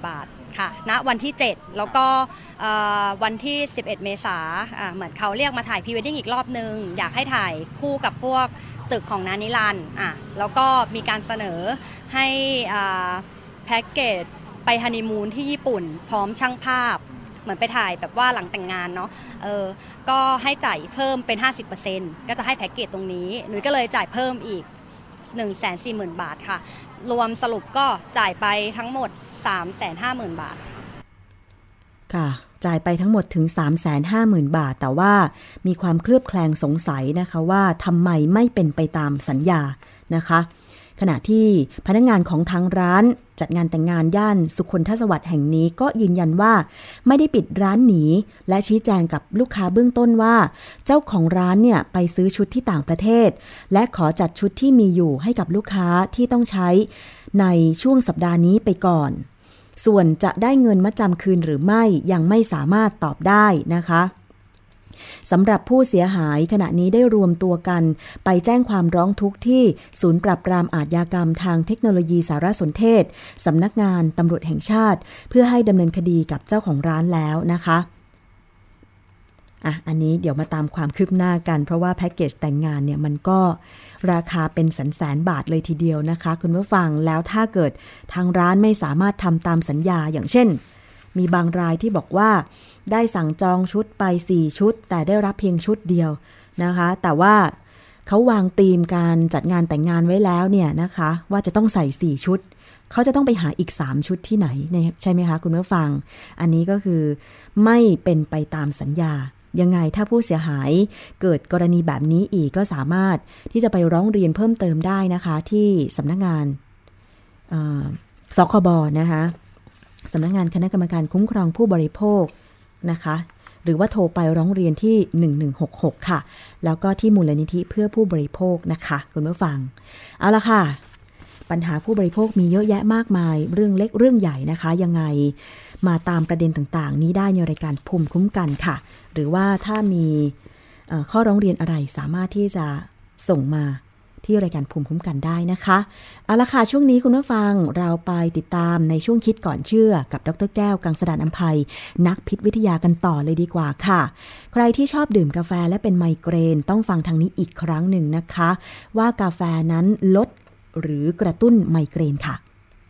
ค่ะณวันที่เจ็ดแล้วก็วันที่สิบเอ็ดเมษาเหมือนเขาเรียกมาถ่ายพรีเวดดิ้งอีกรอบนึงอยากให้ถ่ายคู่กับพวกตึกของนานิรันดร์อ่ะแล้วก็มีการเสนอให้แพ็กเกจไปฮันนีมูนที่ญี่ปุ่นพร้อมช่างภาพเหมือนไปถ่ายแบบว่าหลังแต่งงานเนาะเออก็ให้จ่ายเพิ่มเป็น ห้าสิบเปอร์เซ็นต์ ก็จะให้แพ็กเกจตรงนี้หนูก็เลยจ่ายเพิ่มอีก หนึ่งแสนสี่หมื่น บาทค่ะรวมสรุปก็จ่ายไปทั้งหมด สามแสนห้าหมื่น บาทค่ะจ่ายไปทั้งหมดถึง สามแสนห้าหมื่น บาทแต่ว่ามีความเคลือบแคลงสงสัยนะคะว่าทำไมไม่เป็นไปตามสัญญานะคะขณะที่พนักงานของทางร้านจัดงานแต่งงานย่านสุคนทสวัสดิ์แห่งนี้ก็ยืนยันว่าไม่ได้ปิดร้านหนีและชี้แจงกับลูกค้าเบื้องต้นว่าเจ้าของร้านเนี่ยไปซื้อชุดที่ต่างประเทศและขอจัดชุดที่มีอยู่ให้กับลูกค้าที่ต้องใช้ในช่วงสัปดาห์นี้ไปก่อนส่วนจะได้เงินมัดจำคืนหรือไม่ยังไม่สามารถตอบได้นะคะสำหรับผู้เสียหายขณะนี้ได้รวมตัวกันไปแจ้งความร้องทุกข์ที่ศูนย์ปราบปรามอาชญากรรมทางเทคโนโลยีสารสนเทศสำนักงานตำรวจแห่งชาติเพื่อให้ดำเนินคดีกับเจ้าของร้านแล้วนะคะอ่ะอันนี้เดี๋ยวมาตามความคืบหน้ากันเพราะว่าแพ็กเกจแต่งงานเนี่ยมันก็ราคาเป็นแสนแสนบาทเลยทีเดียวนะคะคุณผู้ฟังแล้วถ้าเกิดทางร้านไม่สามารถทำตามสัญญาอย่างเช่นมีบางรายที่บอกว่าได้สั่งจองชุดไปสี่ชุดแต่ได้รับเพียงชุดเดียวนะคะแต่ว่าเขาวางธีมการจัดงานแต่งงานไว้แล้วเนี่ยนะคะว่าจะต้องใส่สี่ชุดเขาจะต้องไปหาอีกสามชุดที่ไหนใช่ไหมคะคุณผู้ฟังอันนี้ก็คือไม่เป็นไปตามสัญญายังไงถ้าผู้เสียหายเกิดกรณีแบบนี้อีกก็สามารถที่จะไปร้องเรียนเพิ่มเติมได้นะคะที่สำนักงานสคบนะคะสำนักงานคณะกรรมการคุ้มครองผู้บริโภคนะคะหรือว่าโทรไปร้องเรียนที่หนึ่งหนึ่งหกหกค่ะแล้วก็ที่มูลนิธิเพื่อผู้บริโภคนะคะคุณผู้ฟังเอาละค่ะปัญหาผู้บริโภคมีเยอะแยะมากมายเรื่องเล็กเรื่องใหญ่นะคะยังไงมาตามประเด็นต่างๆนี้ได้ในรายการภูมิคุ้มกันค่ะหรือว่าถ้ามีข้อร้องเรียนอะไรสามารถที่จะส่งมาที่รายการภูมิคุ้มกันได้นะคะเอาละค่ะช่วงนี้คุณผู้ฟังเราไปติดตามในช่วงคิดก่อนเชื่อกับดร.แก้วกังสดาลอำไพนักพิษวิทยากันต่อเลยดีกว่าค่ะใครที่ชอบดื่มกาแฟและเป็นไมเกรนต้องฟังทางนี้อีกครั้งหนึ่งนะคะว่ากาแฟนั้นลดหรือกระตุ้นไมเกรนค่ะ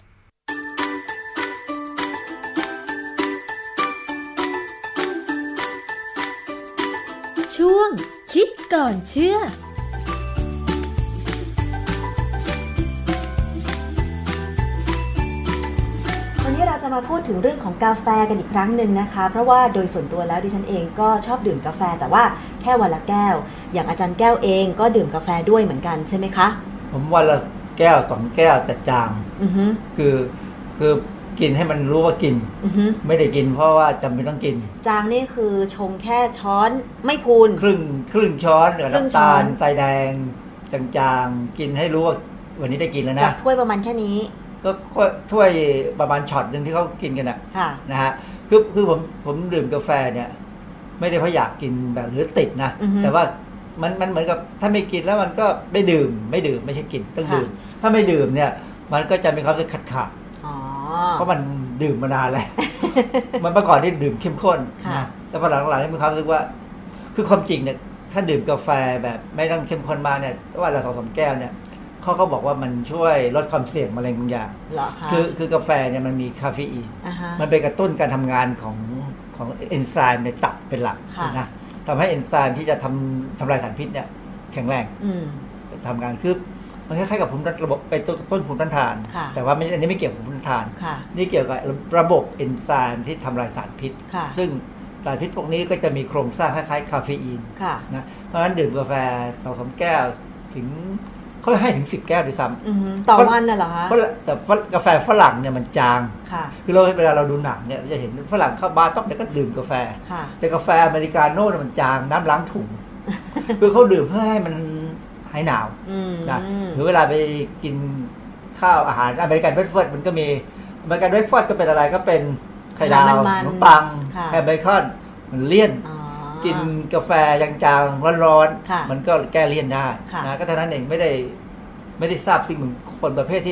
ช่วงคิดก่อนเชื่อวันนี้เราจะมาพูดถึงเรื่องของกาแฟกันอีกครั้งหนึ่งนะคะเพราะว่าโดยส่วนตัวแล้วดิฉันเองก็ชอบดื่มกาแฟแต่ว่าแค่วันละแก้วอย่างอาจารย์แก้วเองก็ดื่มกาแฟด้วยเหมือนกันใช่ไหมคะผมวันละแก้วสองแก้วแต่จางคือคือกินให้มันรู้ว่ากินไม่ได้กินเพราะว่าจำเป็นต้องกินจางนี่คือชงแค่ช้อนไม่พูนครึ่งครึ่งช้อนกับน้ำตาลใส่แดงจางๆกินให้รู้ว่าวันนี้ได้กินแล้วนะจากถ้วยประมาณแค่นี้ก็ถ้วยประมาณช็อตนึงที่เขากินกันนะนะฮะคือคือผมผมดื่มกาแฟเนี่ยไม่ได้เพราะอยากกินแบบหรือติดนะแต่ว่ามันมันเหมือนกับถ้าไม่กินแล้วมันก็ไม่ดื่มไม่ดื่มไม่ใช่กินต้องดื่มถ้าไม่ดื่มเนี่ยมันก็จะมีความรู้สึกขัดขัดเพราะมันดื่มมานานแล้วมันเมื่อก่อนที่ดื่มเข้มข้นนะแต่พอหลังๆนี่มีความรู้สึกว่าคือความจริงเนี่ยถ้าดื่มกาแฟแบบไม่ต้องเข้มข้นมากเนี่ยว่าละสองสามแก้วเนี่ยเขาก็บอกว่ามันช่วยลดความเสี่ยงมะเร็งบางอย่างคือคือกาแฟเนี่ยมันมีคาเฟอีนมันไปกระตุ้นการทำงานของของเอนไซม์ในตับเป็นหลักนะทำให้เอนไซม์ที่จะทำทำลายสารพิษเนี่ยแข็งแรงทำงานคือมันคล้ายๆกับภูมิระบบไปต้นภูมิต้านทานแต่ว่าไม่อันนี้ไม่เกี่ยวกับภูมิต้านทานนี่เกี่ยวกับระบบเอนไซม์ที่ทำลายสารพิษซึ่งสารพิษพวกนี้ก็จะมีโครงสร้างคล้ายๆคาเฟอีนนะเพราะฉะนั้นดื่มกาแฟสองสามแก้วถึงเขาให้ถึงสิบแก้วด้วยซ้ำต่อวันน่ะเหรอคะแต่กาแฟฝรั่งเนี่ยมันจางคือเราเวลาเราดูหนังเนี่ยจะเห็นฝรั่งเข้าบาร์ต้องเนี่ยก็ดื่มกาแฟแต่กาแฟอเมริกาโน่เนี่ยมันจางน้ำล้างถุงคือเขาดื่มเพื่อให้มันหายหนาวนะหรือเวลาไปกินข้าวอาหารอเมริกันเบรคฟาสต์มันก็มีอเมริกันเบรคฟาสต์ก็เป็นอะไรก็เป็นไข่ดาวขนมปังแฮมเบคอนมันเลี่ยนกินกาแฟจางๆร้อนๆมันก็แก้เลี่ยนได้นะก็เท่านั้นเองไม่ได้ไม่ได้ทราบสิ่งเหมือนคนประเภทที่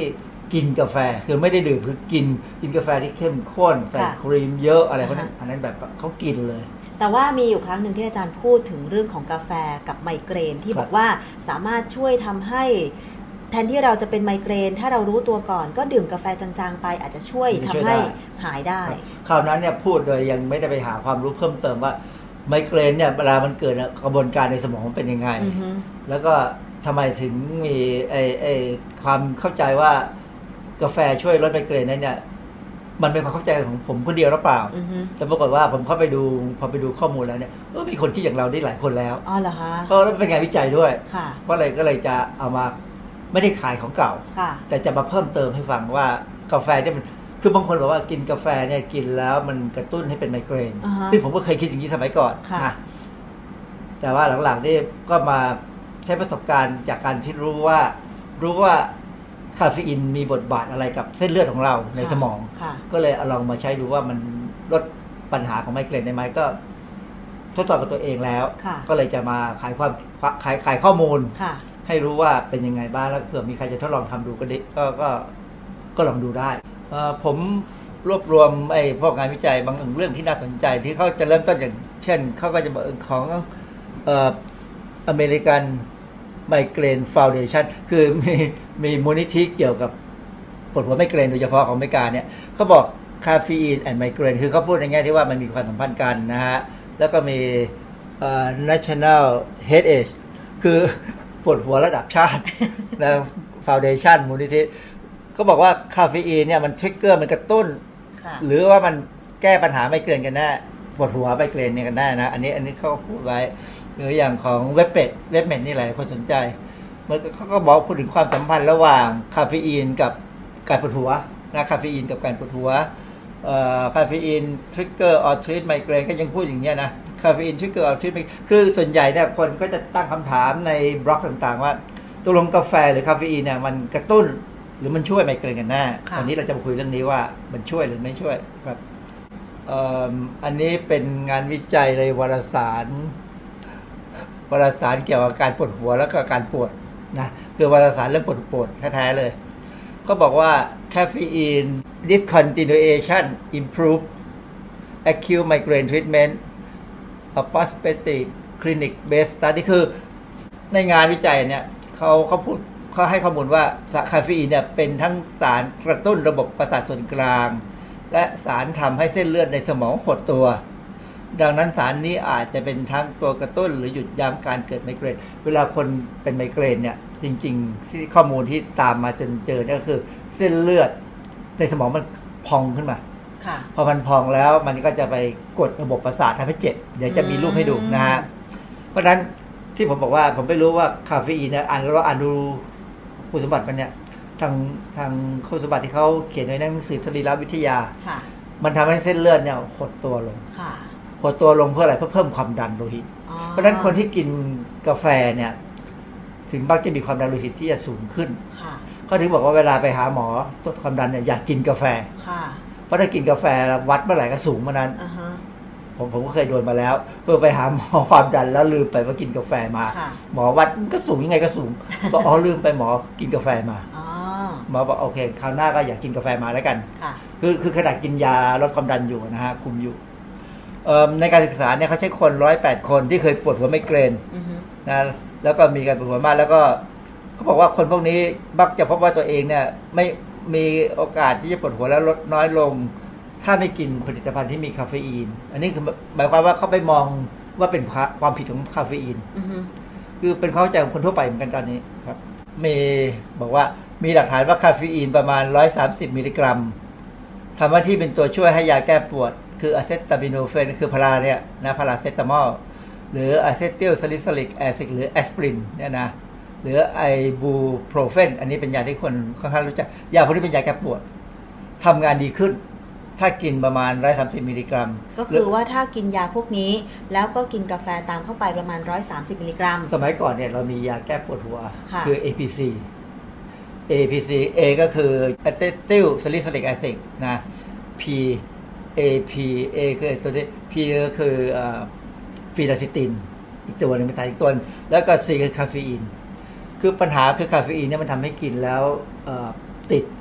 กินกาแฟคือไม่ได้ดื่มคือกินกินกาแฟที่เข้มข้นใส่ครีมเยอะอะไรพวกนั้นอันนั้นแบบเขากินเลยแต่ว่ามีอยู่ครั้งหนึ่งที่อาจารย์พูดถึงเรื่องของกาแฟกับไมเกรนที่บอกว่าสามารถช่วยทำให้แทนที่เราจะเป็นไมเกรนถ้าเรารู้ตัวก่อนก็ดื่มกาแฟจางๆไปอาจจะช่วยทำให้หายได้คราวนั้นเนี่ยพูดโดยยังไม่ได้ไปหาความรู้เพิ่มเติมว่าไมเกรนเนี่ยเวลามันเกิดกระบวนการในสมองมันเป็นยังไงแล้วก็ทำไมถึงมีไอ้ไอ้ความเข้าใจว่ากาแฟช่วยลดไมเกรนนั้นเนี่ยมันเป็นความเข้าใจของผมคนเดียวหรือเปล่าแต่ปรากฏว่าผมเข้าไปดูพอไปดูข้อมูลแล้วเนี่ยก็มีคนที่อย่างเราได้หลายคนแล้วอ๋อเหรอคะก็เป็นงานวิจัยด้วยก็เลยก็เลยจะเอามาไม่ได้ขายของเก่าแต่จะมาเพิ่มเติมให้ฟังว่ากาแฟที่มันคือบางคนบอกว่ากินกาแฟเนี่ยกินแล้วมันกระตุ้นให้เป็นไมเกรนซึ่งผมก็เคยคิดอย่างนี้สมัยก่อนนะแต่ว่าหลังๆนี่ก็มาใช้ประสบการณ์จากการที่รู้ว่ารู้ว่าคาเฟอีนมีบทบาทอะไรกับเส้นเลือดของเราในสมองก็เลยลองมาใช้ดูว่ามันลดปัญหาของไมเกรนได้ไหมก็ทดสอบกับตัวเองแล้วก็เลยจะมาขายความขายขายข้อมูลให้รู้ว่าเป็นยังไงบ้างแล้วเผื่อมีใครจะทดลองทำดูก็ได้ก็ก็ก็ลองดูได้ผมรวบรวมไอ้พวกงานวิจัยบางเรื่องที่น่าสนใจที่เขาจะเริ่มต้นอย่างเช่นเขาก็จะบอกของเอ่ออเมริกันไมเกรนฟาวเดชั่นคือมีมีมูลนิธิเกี่ยวกับปวดหัวไมเกรนโดยเฉพาะของอเมริกาเนี่ยเขาบอกคาเฟอีนแอนด์ไมเกรนคือเขาพูดในแง่ที่ว่ามันมีความสัมพันธ์กันนะฮะแล้วก็มีเอ่อ National Headache คือปวดหัวระดับชาตินะฟาวเดชั่นมูลนิธิก็บอกว่าคาเฟอีนเนี่ยมันทริกเกอร์มันกระตุ้นหรือว่ามันแก้ปัญหาไมเกรนกันแน่ปวดหัวไมเกรนเนี่ยกันแน่นะอันนี้อันนี้เขาพูดไว้หรืออย่างของเว็บเป็ดเว็บเม็ดนี่หลายคนสนใจมันเขาก็บอกพูดถึงความสัมพันธ์ระหว่างคาเฟอีนกับการปวดหัวนะคาเฟอีนกับการปวดหัวเอ่อคาเฟอีนทริกเกอร์ออทรีทไมเกรนก็ยังพูดอย่างเงี้ยนะคาเฟอีนทริกเกอร์ออทรีทคือส่วนใหญ่เนี่ยคนก็จะตั้งคำถามในบล็อกต่างๆว่าตกลงกาแฟหรือคาเฟอีนเนี่ยมันกระตุ้นหรือมันช่วยไมเกรนกันแน่วันนี้เราจะมาคุยเรื่องนี้ว่ามันช่วยหรือไม่ช่วยครับอันนี้เป็นงานวิจัยในวารสารวารสารเกี่ยวกับการปวดหัวแล้วก็การปวดนะคือวารสารเรื่องปวดปวดแท้ๆเลยก็บอกว่า caffeine discontinuation improve acute migraine treatment a prospective clinic based study คือในงานวิจัยเนี่ยเขาเขาพูดเขาให้ข้อมูลว่าคาเฟอีนเนี่ยเป็นทั้งสารกระตุ้นระบบประสาทส่วนกลางและสารทำให้เส้นเลือดในสมองหดตัวดังนั้นสารนี้อาจจะเป็นทั้งตัวกระตุ้นหรือหยุดยั้งการเกิดไมเกรนเวลาคนเป็นไมเกรนเนี่ยจริงๆที่ข้อมูลที่ตามมาจนเจอเนี่ยก็คือเส้นเลือดในสมองมันพองขึ้นมาพอมันพองแล้วมันก็จะไปกดระบบประสาททำให้เจ็บเดี๋ยวจะมีรูปให้ดูนะฮะเพราะฉะนั้นที่ผมบอกว่าผมไม่รู้ว่าคาเฟอีนเนี่ยอ่านเราอ่านดูคุณสมบัติมันเนี่ยทางทางคุณสมบัติที่เขาเขียนไว้ในหนังสือสรีรวิทยามันทำให้เส้นเลือดเนี่ยหดตัวลงหดตัวลงเพื่ออะไรเพื่อเพิ่มความดันโลหิตเพราะฉะนั้นคนที่กินกาแฟเนี่ยถึงมักจะมีความดันโลหิตที่จะสูงขึ้นก็ถึงบอกว่าเวลาไปหาหมอตรวจความดันเนี่ยอยากกินกาแฟเพราะถ้ากินกาแฟวัดเมื่อไหร่ก็สูงเมื่อนั้นผมผมก็เคยโดนมาแล้วเพื่อไปหาหมอความดันแล้วลืมไปว่ากินกาแฟมาหมอวัดก็สูงยังไงก็สูงบอกอ๋อลืมไปหมอกินกาแฟมาหมอบอกโอเคคราวหน้าก็อยากกินกาแฟมาแล้วกันคือคือขนาดกินยาลดความดันอยู่นะฮะคุมอยู่ในการศึกษาเนี่ยเขาใช้คนร้อยแปดคนที่เคยปวดหัวไมเกรนนะแล้วก็มีการปวดหัวมากแล้วก็เขาบอกว่าคนพวกนี้มักจะพบว่าตัวเองเนี่ยไม่มีโอกาสที่จะปวดหัวแล้วลดน้อยลงถ้าไม่กินผลิตภัณฑ์ที่มีคาเฟอีนอันนี้คือหมายความว่าเขาไปมองว่าเป็นความผิดของคาเฟอีนคือเป็นความเข้าใจของคนทั่วไปเหมือนกันตอนนี้ครับมีบอกว่ามีหลักฐานว่าคาเฟอีนประมาณหนึ่งร้อยสามสิบมิลลิกรัมทำหน้าที่เป็นตัวช่วยให้ยาแก้ปวดคืออะเซตามิโนเฟนคือพาราเนี่ยนะพาราเซตามอลหรืออะเซติลซาลิซิลิกแอซิดหรือแอสไพรินเนี่ยนะหรือไอบูโปรเฟนอันนี้เป็นยาที่คนค่อนข้างรู้จักยาพวกนี้เป็นยาแก้ปวดทำงานดีขึ้นถ้ากินประมาณหนึ่งร้อยสามสิบมิลลิกรัมก็คือว่าถ้ากินยาพวกนี้แล้วก็กินกาแฟตามเข้าไปประมาณหนึ่งร้อยสามสิบมิลลิกรัมสมัยก่อนเนี่ยเรามียาแก้ปวดหัวคือ เอ พี ซี เอ พี ซี A ก็คืออะเซติลซาลิซิลิกแอซิดนะ P A P A คือโซเดียม P ก็คือฟีนาซิตินอีกตัวนึงเป็นสารอีกตัวแล้วก็ C คือคาเฟอีนคือปัญหาคือคาเฟอีนเนี่ยมันทำให้กินแล้วติด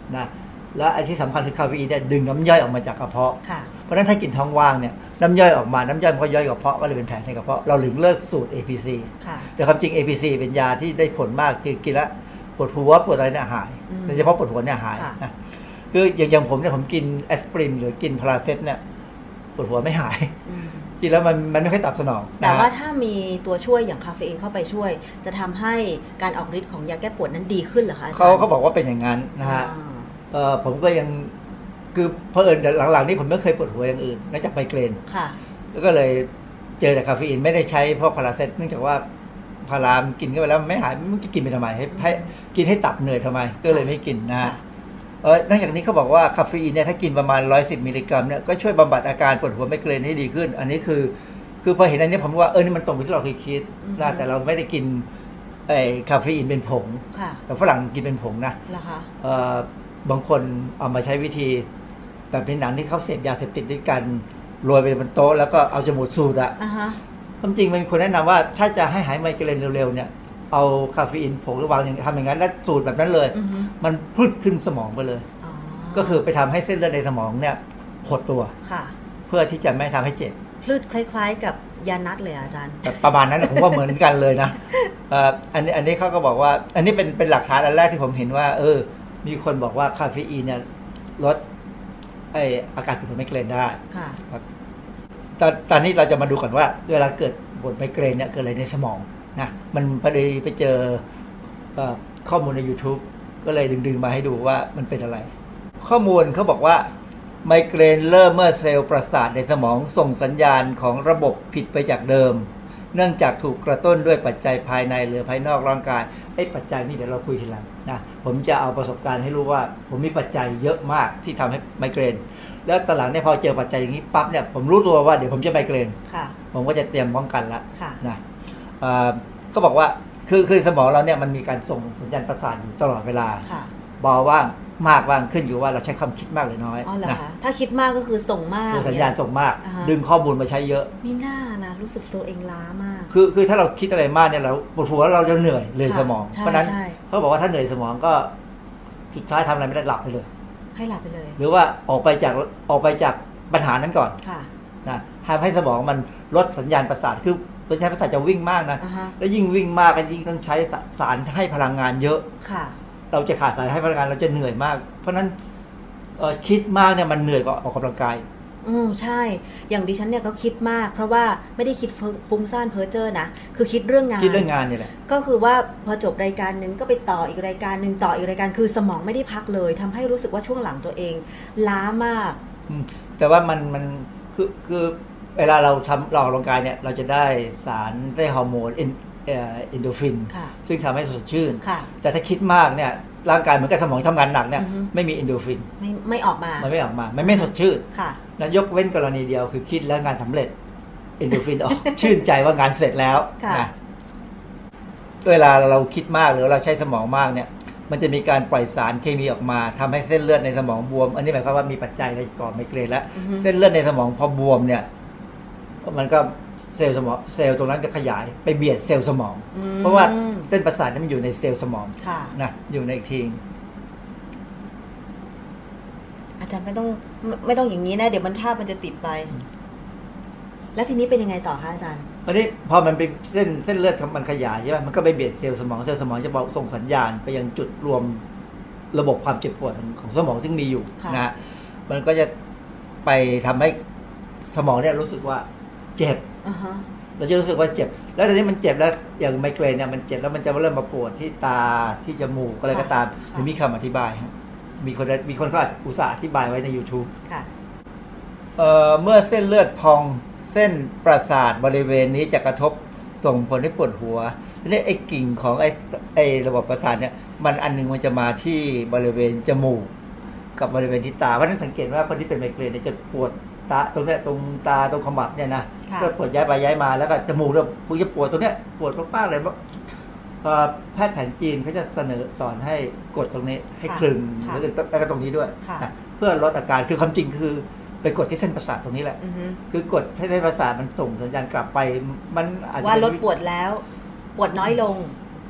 นะแล้วไอ้ที่สำคัญคือคาเฟอีนเนี่ยดึงน้ำย่อยออกมาจากกระเพาะเพราะฉะนั้นถ้ากินท้องว่างเนี่ยน้ำย่อยออกมาน้ำย่อยมันก็ย่อยกระเพาะก็เลยเป็นแผลในกระเพาะเราถึงเลิกสูตร เอ พี ซี แต่ความจริง เอ พี ซี เป็นยาที่ได้ผลมากคือกินแล้วปวดหัวปวดอะไรเนี่ยหายโดยเฉพาะปวดหัวเนี่ยหายนะคืออย่างอย่างผมเนี่ยผมกินแอสไพรินหรือกินพาราเซตเนี่ยปวดหัวไม่หายกินแล้วมันมันไม่ค่อยตอบสนองแต่ว่าถ้ามีตัวช่วยอย่างคาเฟอีนเข้าไปช่วยจะทำให้การออกฤทธิ์ของยาแก้ปวดนั้นดีขึ้นเหรอคะเขาเขาบอกว่าเป็นอย่างนั้นนะฮะเออผมก็ยังคือเพราะเอิญหลังๆนี้ผมไม่เคยปวดหัวอย่างอื่นนอกจากไมเกรนค่ะแล้วก็เลยเจอแต่คาเฟอีนไม่ได้ใช้พวกพาราเซตเนื่องจากว่าพารามกินเข้าไปแล้วไม่หายมันจะกินไปทำไมให้ให้กินให้ตับเหนื่อยทำไมก็เลยไม่กินนะฮะเออนอกจากนี้เขาบอกว่าคาเฟอีนเนี่ยถ้ากินประมาณหนึ่งร้อยสิบมิลลิกรัมเนี่ยก็ช่วยบำบัดอาการปวดหัวไมเกรนให้ดีขึ้นอันนี้คือคือพอเห็นอันนี้ผมว่าเออนี่มันตรงกับที่เราเคยคิดนะแต่เราไม่ได้กินไอ้คาเฟอีนเป็นผงแต่ฝรั่งกินเป็นผงนะเออบางคนเอามาใช้วิธีแบบในหนังที่เขาเสพยาเสพติดด้วยกันโรยไปบนโต๊ะแล้วก็เอาจมูกสูดอะความจริงมันมีคนแนะนำว่าถ้าจะให้หายไมเกรนเร็วๆเนี่ยเอาคาเฟอีนผงหรือวางอย่างทำอย่างนั้นแล้วสูดแบบนั้นเลยมันพืดขึ้นสมองไปเลยก็คือไปทำให้เส้นเลือดในสมองเนี่ยหดตัวเพื่อที่จะไม่ทำให้เจ็บพืดคล้ายๆกับยานัดเลยอาจารย์ประมาณนั้นผมว่าเหมือนกันเลยนะอันนี้อันนี้เขาก็บอกว่าอันนี้เป็นเป็นหลักฐานอันแรกที่ผมเห็นว่าเออมีคนบอกว่าคาเฟอีนเนี่ยลดไออาการปวดไมเกรนได้ครับตอนตอนนี้เราจะมาดูก่อนว่าเวลาเกิดปวดไมเกรนเนี่ยเกิดอะไรในสมองนะมันพอดีไปเจอข้อมูลใน YouTube ก็เลยดึงๆมาให้ดูว่ามันเป็นอะไรข้อมูลเขาบอกว่าไมเกรนเริ่มเมื่อเซลล์ประสาทในสมองส่งสัญญาณของระบบผิดไปจากเดิมเนื่องจากถูกกระตุ้นด้วยปัจจัยภายในหรือภายนอกร่างกายไอ้ปัจจัยนี่เดี๋ยวเราคุยทีหลังนะผมจะเอาประสบการณ์ให้รู้ว่าผมมีปัจจัยเยอะมากที่ทำให้ไมเกรนแล้วตอนหลังเนี่ยพอเจอปัจจัยอย่างนี้ปั๊บเนี่ยผมรู้ตัวว่าเดี๋ยวผมจะไมเกรนผมก็จะเตรียมป้องกันแล้วนะก็บอกว่าคือคือสมองเราเนี่ยมันมีการส่งสัญญาณประสาทอยู่ตลอดเวลาเบาว่างมากว่างขึ้นอยู่ว่าเราใช้ความคิดมากหรือน้อยนะถ้าคิดมากก็คือส่งมากสัญญาณส่งมากดึงข้อมูลมาใช้เยอะไม่น่านะรู้สึกตัวเองล้ามากคือคือถ้าเราคิดอะไรมากเนี่ยเราปวดหัวเราจะเหนื่อยเลยสมองเพราะนั้นเขาบอกว่าถ้าเหนื่อยสมองก็สุดท้ายทำอะไรไม่ได้หลับไปเลยให้หลับไปเลยหรือว่าออกไปจากออกไปจากปัญหานั้นก่อนนะทำให้สมองมันลดสัญญาณประสาทคือสัญญาณประสาทจะวิ่งมากนะแล้วยิ่งวิ่งมากก็ยิ่งต้องใช้สารให้พลังงานเยอะเราจะขาดสารให้พลังงานเราจะเหนื่อยมากเพราะนั้นคิดมากเนี่ยมันเหนื่อยกว่าออกกำลังกายอืมใช่อย่างดิฉันเนี่ยก็คิดมากเพราะว่าไม่ได้คิดฟุ้งซ่านเพ้อเจ้อนะคือคิดเรื่องงานคิดเรื่องงานนี่แหละก็คือว่าพอจบรายการนึงก็ไปต่ออีกรายการนึงต่ออีกรายการคือสมองไม่ได้พักเลยทำให้รู้สึกว่าช่วงหลังตัวเองล้ามากแต่ว่ามันมันคือคือเวลาเราทำเราออกกำลังกายเนี่ยเราจะได้สารได้ฮอร์โมนเอนโดรฟินซึ่งทำให้สดชื่นแต่ถ้าคิดมากเนี่ยร่างกายเหมือนกับสมองทำงานหนักเนี่ยไม่มีเอนโดรฟินไม่ไม่ออกมามันไม่ออกมามันไม่สดชื่นนั้นยกเว้นกรณีเดียวคือคิดแล้วงานสำเร็จเอนโดรฟินออกชื่นใจว่างานเสร็จแล้วนะเวลาเราคิดมากหรือเราใช้สมองมากเนี่ยมันจะมีการปล่อยสารเคมีออกมาทำให้เส้นเลือดในสมองบวมอันนี้หมายความว่ามีปัจจัยในก่อไมเกรนแล้วเส้นเลือดในสมองพอบวมเนี่ยมันก็เซลล์สมองเซลล์ตรงนั้นก็ขยายไปเบียดเซลล์สมองเพราะว่าเส้นประสาทนี่มันอยู่ในเซลล์สมองนะอยู่ในอีกทีอาจารย์ไม่ต้องไม่ต้องอย่างนี้นะเดี๋ยวมันภาพมันจะติดไปแล้วทีนี้เป็นยังไงต่อคะอาจารย์วันนี้พอมันเป็นเส้นเส้นเลือดมันขยายใช่ไหมมันก็ไปเบียดเซลล์สมองเซลล์สมองจะบอกส่งสัญญาณไปยังจุดรวมระบบความเจ็บปวดของสมองซึ่งมีอยู่นะมันก็จะไปทำให้สมองเนี่ยรู้สึกว่าเจ็บ uh-huh. เราจะรู้สึกว่าเจ็บแล้วตอนนี้มันเจ็บแล้วอย่างไมเกรนเนี่ยมันเจ็บแล้วมันจะเริ่มมาปวดที่ตาที่จมูกอะไรก็ตามหรือมีคำอธิบายครับมีคนมีคนเขาอุตส่าห์อธิบายไว้ใน YouTube ค่ะเอ่อเมื่อเส้นเลือดพองเส้นประสาทบริเวณนี้จะกระทบส่งผลให้ปวดหัวทีนี้ไอ้กิ่งของไอ้ไอ้ระบบประสาทเนี่ยมันอันนึงมันจะมาที่บริเวณจมูกกับบริเวณที่ตาเพราะฉะนั้นสังเกตว่าคนที่เป็นไมเกรนเนี่ยจะปวดตาตรงเนี้ยตรงตาตรงขมับเนี่ยนะก็ปวดย้ายไปย้ายมาแล้วก็จมูกเนี่ยมันจะปวดตรงเนี้ยปวดมากๆเลยแพทย์แผนจีนเขาจะเสนอสอนให้กดตรงนี้ให้คลึงแล้วก็ตรงนี้ด้วยเพื่อลดอาการคือความจริงคือไปกดที่เส้นประสาทตรงนี้แหละคือกดให้เส้นประสาทมันส่งสัญญาณกลับไปมันอาจจะว่าลดปวดแล้วปวดน้อยลง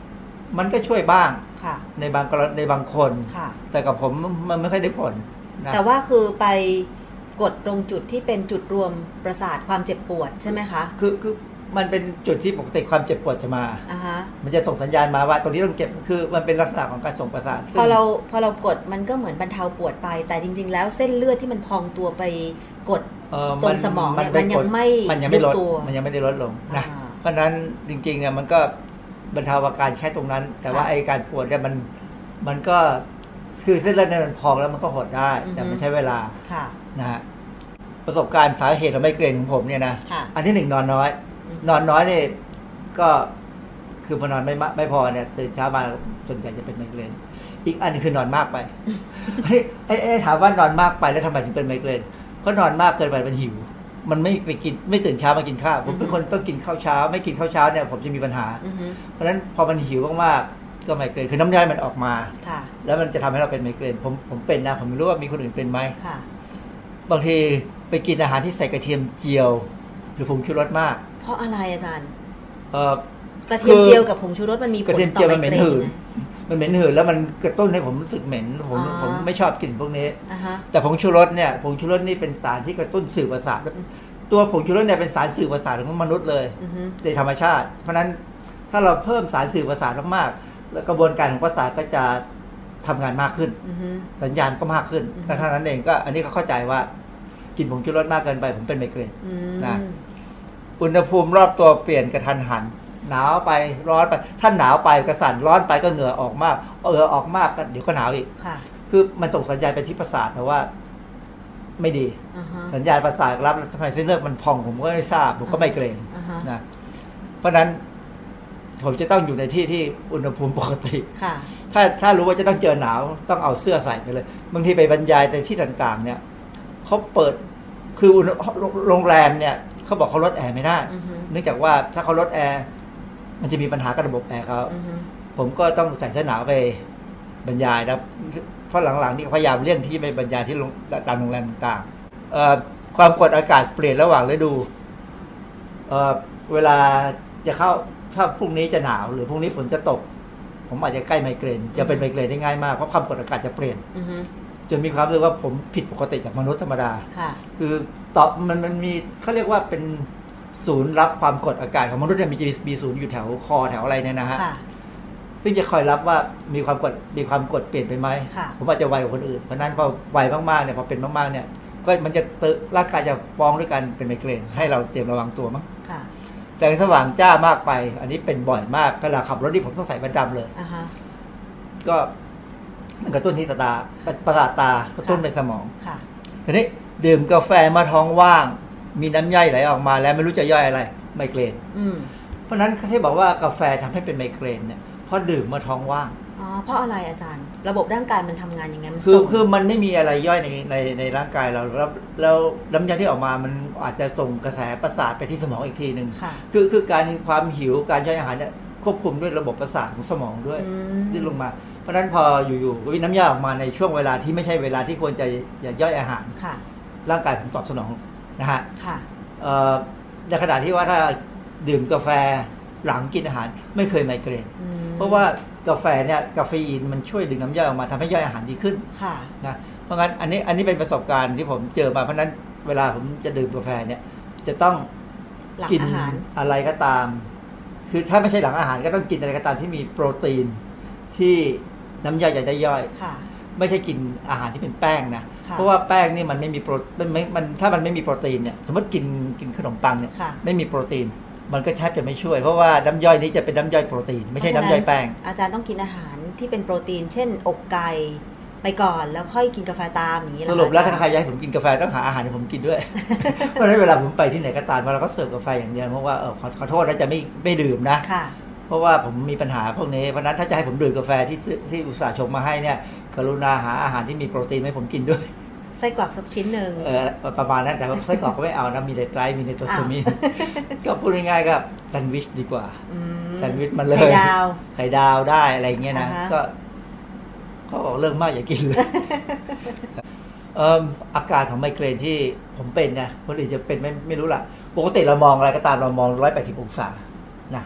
มันก็ช่วยบ้างในบางกรณีในบางคนแต่กับผมมันไม่ค่อยได้ผลนะแต่ว่าคือไปกดตรงจุดที่เป็นจุดรวมประสาทความเจ็บปวดใช่ไหมคะคือคือมันเป็นจุดที่ปกติความเจ็บปวดจะมา uh-huh. มันจะส่งสัญญาณมาว่าตรงนี้ต้องเจ็บคือมันเป็นลักษณะของการส่งประสาทพอเราพอเรากดมันก็เหมือนบรรเทาปวดไปแต่จริงๆแล้วเส้นเลือดที่มันพองตัวไปกดตรงสมองเนี่ยมันยังไม่มันยังไม่ลดมันยังไม่ได้ลดลงนะเพราะนั้นจริงๆเนี่ยมันก็บรรเทาอาการแค่ตรงนั้นแต่ว่าไอ้การปวดเนี่ยมันมันก็คือเส้นเลือดเนี่ยมันพองแล้วมันก็หดได้แต่มันใช้เวลานะฮะประสบการณ์สาเหตุของไมเกรนของผมเนี่ยนะอันที่หนึ่งนอนน้อยนอนน้อยเนี่ยก็คือพอนอนไม่ไม่พอเนี่ยตื่นเช้ามาส่วนใหญ่จะเป็นไมเกรนอีกอันนึงคือนอนมากไปไอ้ไอ้ถามว่านอนมากไปแล้วทำไมถึงเป็นไมเกรนเพราะนอนมากเกินไปมันหิวมันไม่ไปกินไม่ตื่นเช้ามากินข้าวผมเป็นคนต้องกินข้าวเช้าไม่กินข้าวเช้าเนี่ยผมจะมีปัญหาเพราะฉะนั้นพอมันหิวมากๆก็ไมเกรนคือน้ำย่อยมันออกมาแล้วมันจะทำให้เราเป็นไมเกรนผมผมเป็นนะผมไม่รู้ว่ามีคนอื่นเป็นไหมบางทีไปกินอาหารที่ใส่กระเทียมเจียวหรือผงชูรสมากเพราะอะไรอาจารย์เอ่อกระเทียมเจียวกับผงชูรสมันมีผลต่อไมเกรนมันเหม็นหืนมันเหม็นหืนแล้วมันกระตุ้นให้ผมรู้สึกเหม็นผมผมไม่ชอบกินพวกนี้แต่ผงชูรสเนี่ยผงชูรสนี่เป็นสารที่กระตุ้นสื่อประสาทตัวผงชูรสเนี่ยเป็นสารสื่อประสาทของมนุษย์เลยในธรรมชาติเพราะนั้นถ้าเราเพิ่มสารสื่อประสาทมากๆแล้วกระบวนการของประสาทก็จะทำงานมากขึ้นสัญญาณก็มากขึ้นแต่เท่านั้นเองก็อันนี้เขาเข้าใจว่ากินผงชูรสมากเกินไปผมเป็นไมเกรนนะอุณหภูมิรอบตัวเปลี่ยนกระทันหันหนาวไปร้อนไปถ้าหนาวไปกระสั่นร้อนไปก็เหงื่อออกมากเหงื่อออกมากก็เดี๋ยวก็หนาวอีกคือมันส่งสัญญาณไปที่ประสาทแต่ว่าไม่ดี uh-huh. สัญญาณประสาทรับทำไมเส้นเลือดมันพองผมก็ไม่ทราบผมก็ไม่เกรง uh-huh. นะเพราะนั้นผมจะต้องอยู่ในที่ที่อุณหภูมิปกติถ้าถ้ารู้ว่าจะต้องเจอหนาวต้องเอาเสื้อใส่ไปเลยบางทีไปบรรยายในที่ต่างๆเนี่ยเขาเปิดคือโรงแรมเนี่ยเขาบอกเขาลดแอร์ไม่ได้ uh-huh. เนื่องจากว่าถ้าเขาลดแอร์มันจะมีปัญหากับระบบแอร์เขา uh-huh. ผมก็ต้องใส่เสื้อหนาวไปบรรยายนะเพราะหลังๆนี่พยายามเลี่ยงที่ไปบรรยายที่ตามโรงแรมต่างๆความกดอากาศเปลี่ยนระหว่างฤดู เ, เวลาจะเข้าถ้าพรุ่งนี้จะหนาวหรือพรุ่งนี้ฝนจะตกผมอาจจะใกล้ไมเกรนจะเป็นไมเกรนได้ง่ายมากเพราะความกดอากาศจะเปลี่ยน uh-huh. จนมีความรู้สึกว่าผมผิดปกติจากมนุษย์ธรรมดา uh-huh. คือตอบมันมันมีเขาเรียกว่าเป็นศูนย์รับความกดอากาศของมนุษย์เนี่ยมีจะมีศูนย์อยู่แถวคอแถวอะไรเนี่ยนะฮะ uh-huh.ซึ่งจะคอยรับว่ามีความกดมีความกดเปลี่ยนไปไหมผมอาจจะไวกว่าคนอื่นเพราะนั้นพอไวมากๆเนี่ยพอเป็นมากๆเนี่ยก็มันจะร่างกายจะฟ้องด้วยกันเป็นไมเกรนให้เราเตรียมระวังตัวมั้งแสงสว่างจ้ามากไปอันนี้เป็นบ่อยมากเวลาขับรถที่ผมต้องใส่ประจำเลยก็มันกระตุ้นที่ตาประสาทตากระตุ้นในสมองทีนี้ดื่มกาแฟมาท้องว่างมีน้ำย่อยไหลออกมาแล้วไม่รู้จะย่อยอะไรไมเกรนเพราะนั้นที่บอกว่ากาแฟทำให้เป็นไมเกรนเนี่ยเพราะดื่มมาท้องว่างอ๋อเพราะอะไรอาจารย์ระบบร่างกายมันทำงานยังไงมันคือคือมันไม่มีอะไรย่อยในในในร่างกายเราแล้วแล้วน้ำยาที่ออกมามันอาจจะส่งกระแสประสาทไปที่สมองอีกทีนึงคือคือการความหิวการย่อยอาหารเนี่ยควบคุมด้วยระบบประสาทของสมองด้วยที่ลงมาเพราะฉะนั้นพออยู่ๆวิน้ำยาออกมาในช่วงเวลาที่ไม่ใช่เวลาที่ควรจะย่อยอาหารร่างกายผมตอบสนองนะฮะในขณะที่ว่าถ้าดื่มกาแฟหลังกินอาหารไม่เคยไมเกรนเพราะว่ากาแฟเนี่ยกาเฟอีนมันช่วยดึงน้ำย่อยออกมาทำให้ย่อยอาหารดีขึ้นนะเพราะงั้นอันนี้อันนี้เป็นประสบการณ์ที่ผมเจอมาเพราะนั้นเวลาผมจะดื่มกาแฟเนี่ยจะต้องกินอะไรก็ตามคือถ้าไม่ใช่หลังอาหารก็ต้องกินอะไรก็ตามที่มีโปรตีนที่น้ำย่อยจะได้ย่อยไม่ใช่กินอาหารที่เป็นแป้งนะเพราะว่าแป้งนี่มันไม่มีโปรมันไม่มันถ้ามันไม่มีโปรตีนเนี่ยสมมติกินกินขนมปังเนี่ยไม่มีโปรตีนมันก็แทบจะไม่ช่วยเพราะว่าน้ำย่อยนี้จะเป็นน้ำย่อยโปรตีนไม่ใช่น้ำย่อยแป้งอาจารย์ต้องกินอาหารที่เป็นโปรตีนเช่นอกไก่ไปก่อนแล้วค่อยกินกาแฟตามอย่างนี้สรุปแล้วถ้าใครอยากให้ผมกินกาแฟต้องหาอาหารให้ผมกินด้วยเพราะฉะนั้นเวลาผมไปที่ไหนก็ตามเราก็เสิร์ฟกาแฟอย่างเดียวเพราะว่าเออขอขอโทษนะจะไม่ไม่ดื่มนะเพราะว่าผมมีปัญหาพวกนี้เพราะนั้นถ้าจะให้ผมดื่มกาแฟที่ที่อุตส่าห์ชงมาให้เนี่ยกรุณาหาอาหารที่มีโปรตีนให้ผมกินด้วยไส้กรอกสักชิ้นหนึ่งเออประมาณนั้นแต่ไส้กรอกก็ไม่เอานะมีไนไตรมีไนโตรซามีนก็พูดง่ายๆก็แซนด์วิชดีกว่าแซนด์วิชมันเลยไข่ดาวไข่ดาวได้อะไรเงี้ยนะก็เขาบอกเรื่องมากอย่ากินเลยเอ่ออาการของไมเกรนที่ผมเป็นนะคนอื่นจะเป็นไม่ไม่รู้ล่ะปกติเรามองอะไรก็ตามเรามองหนึ่งร้อยแปดสิบองศานะ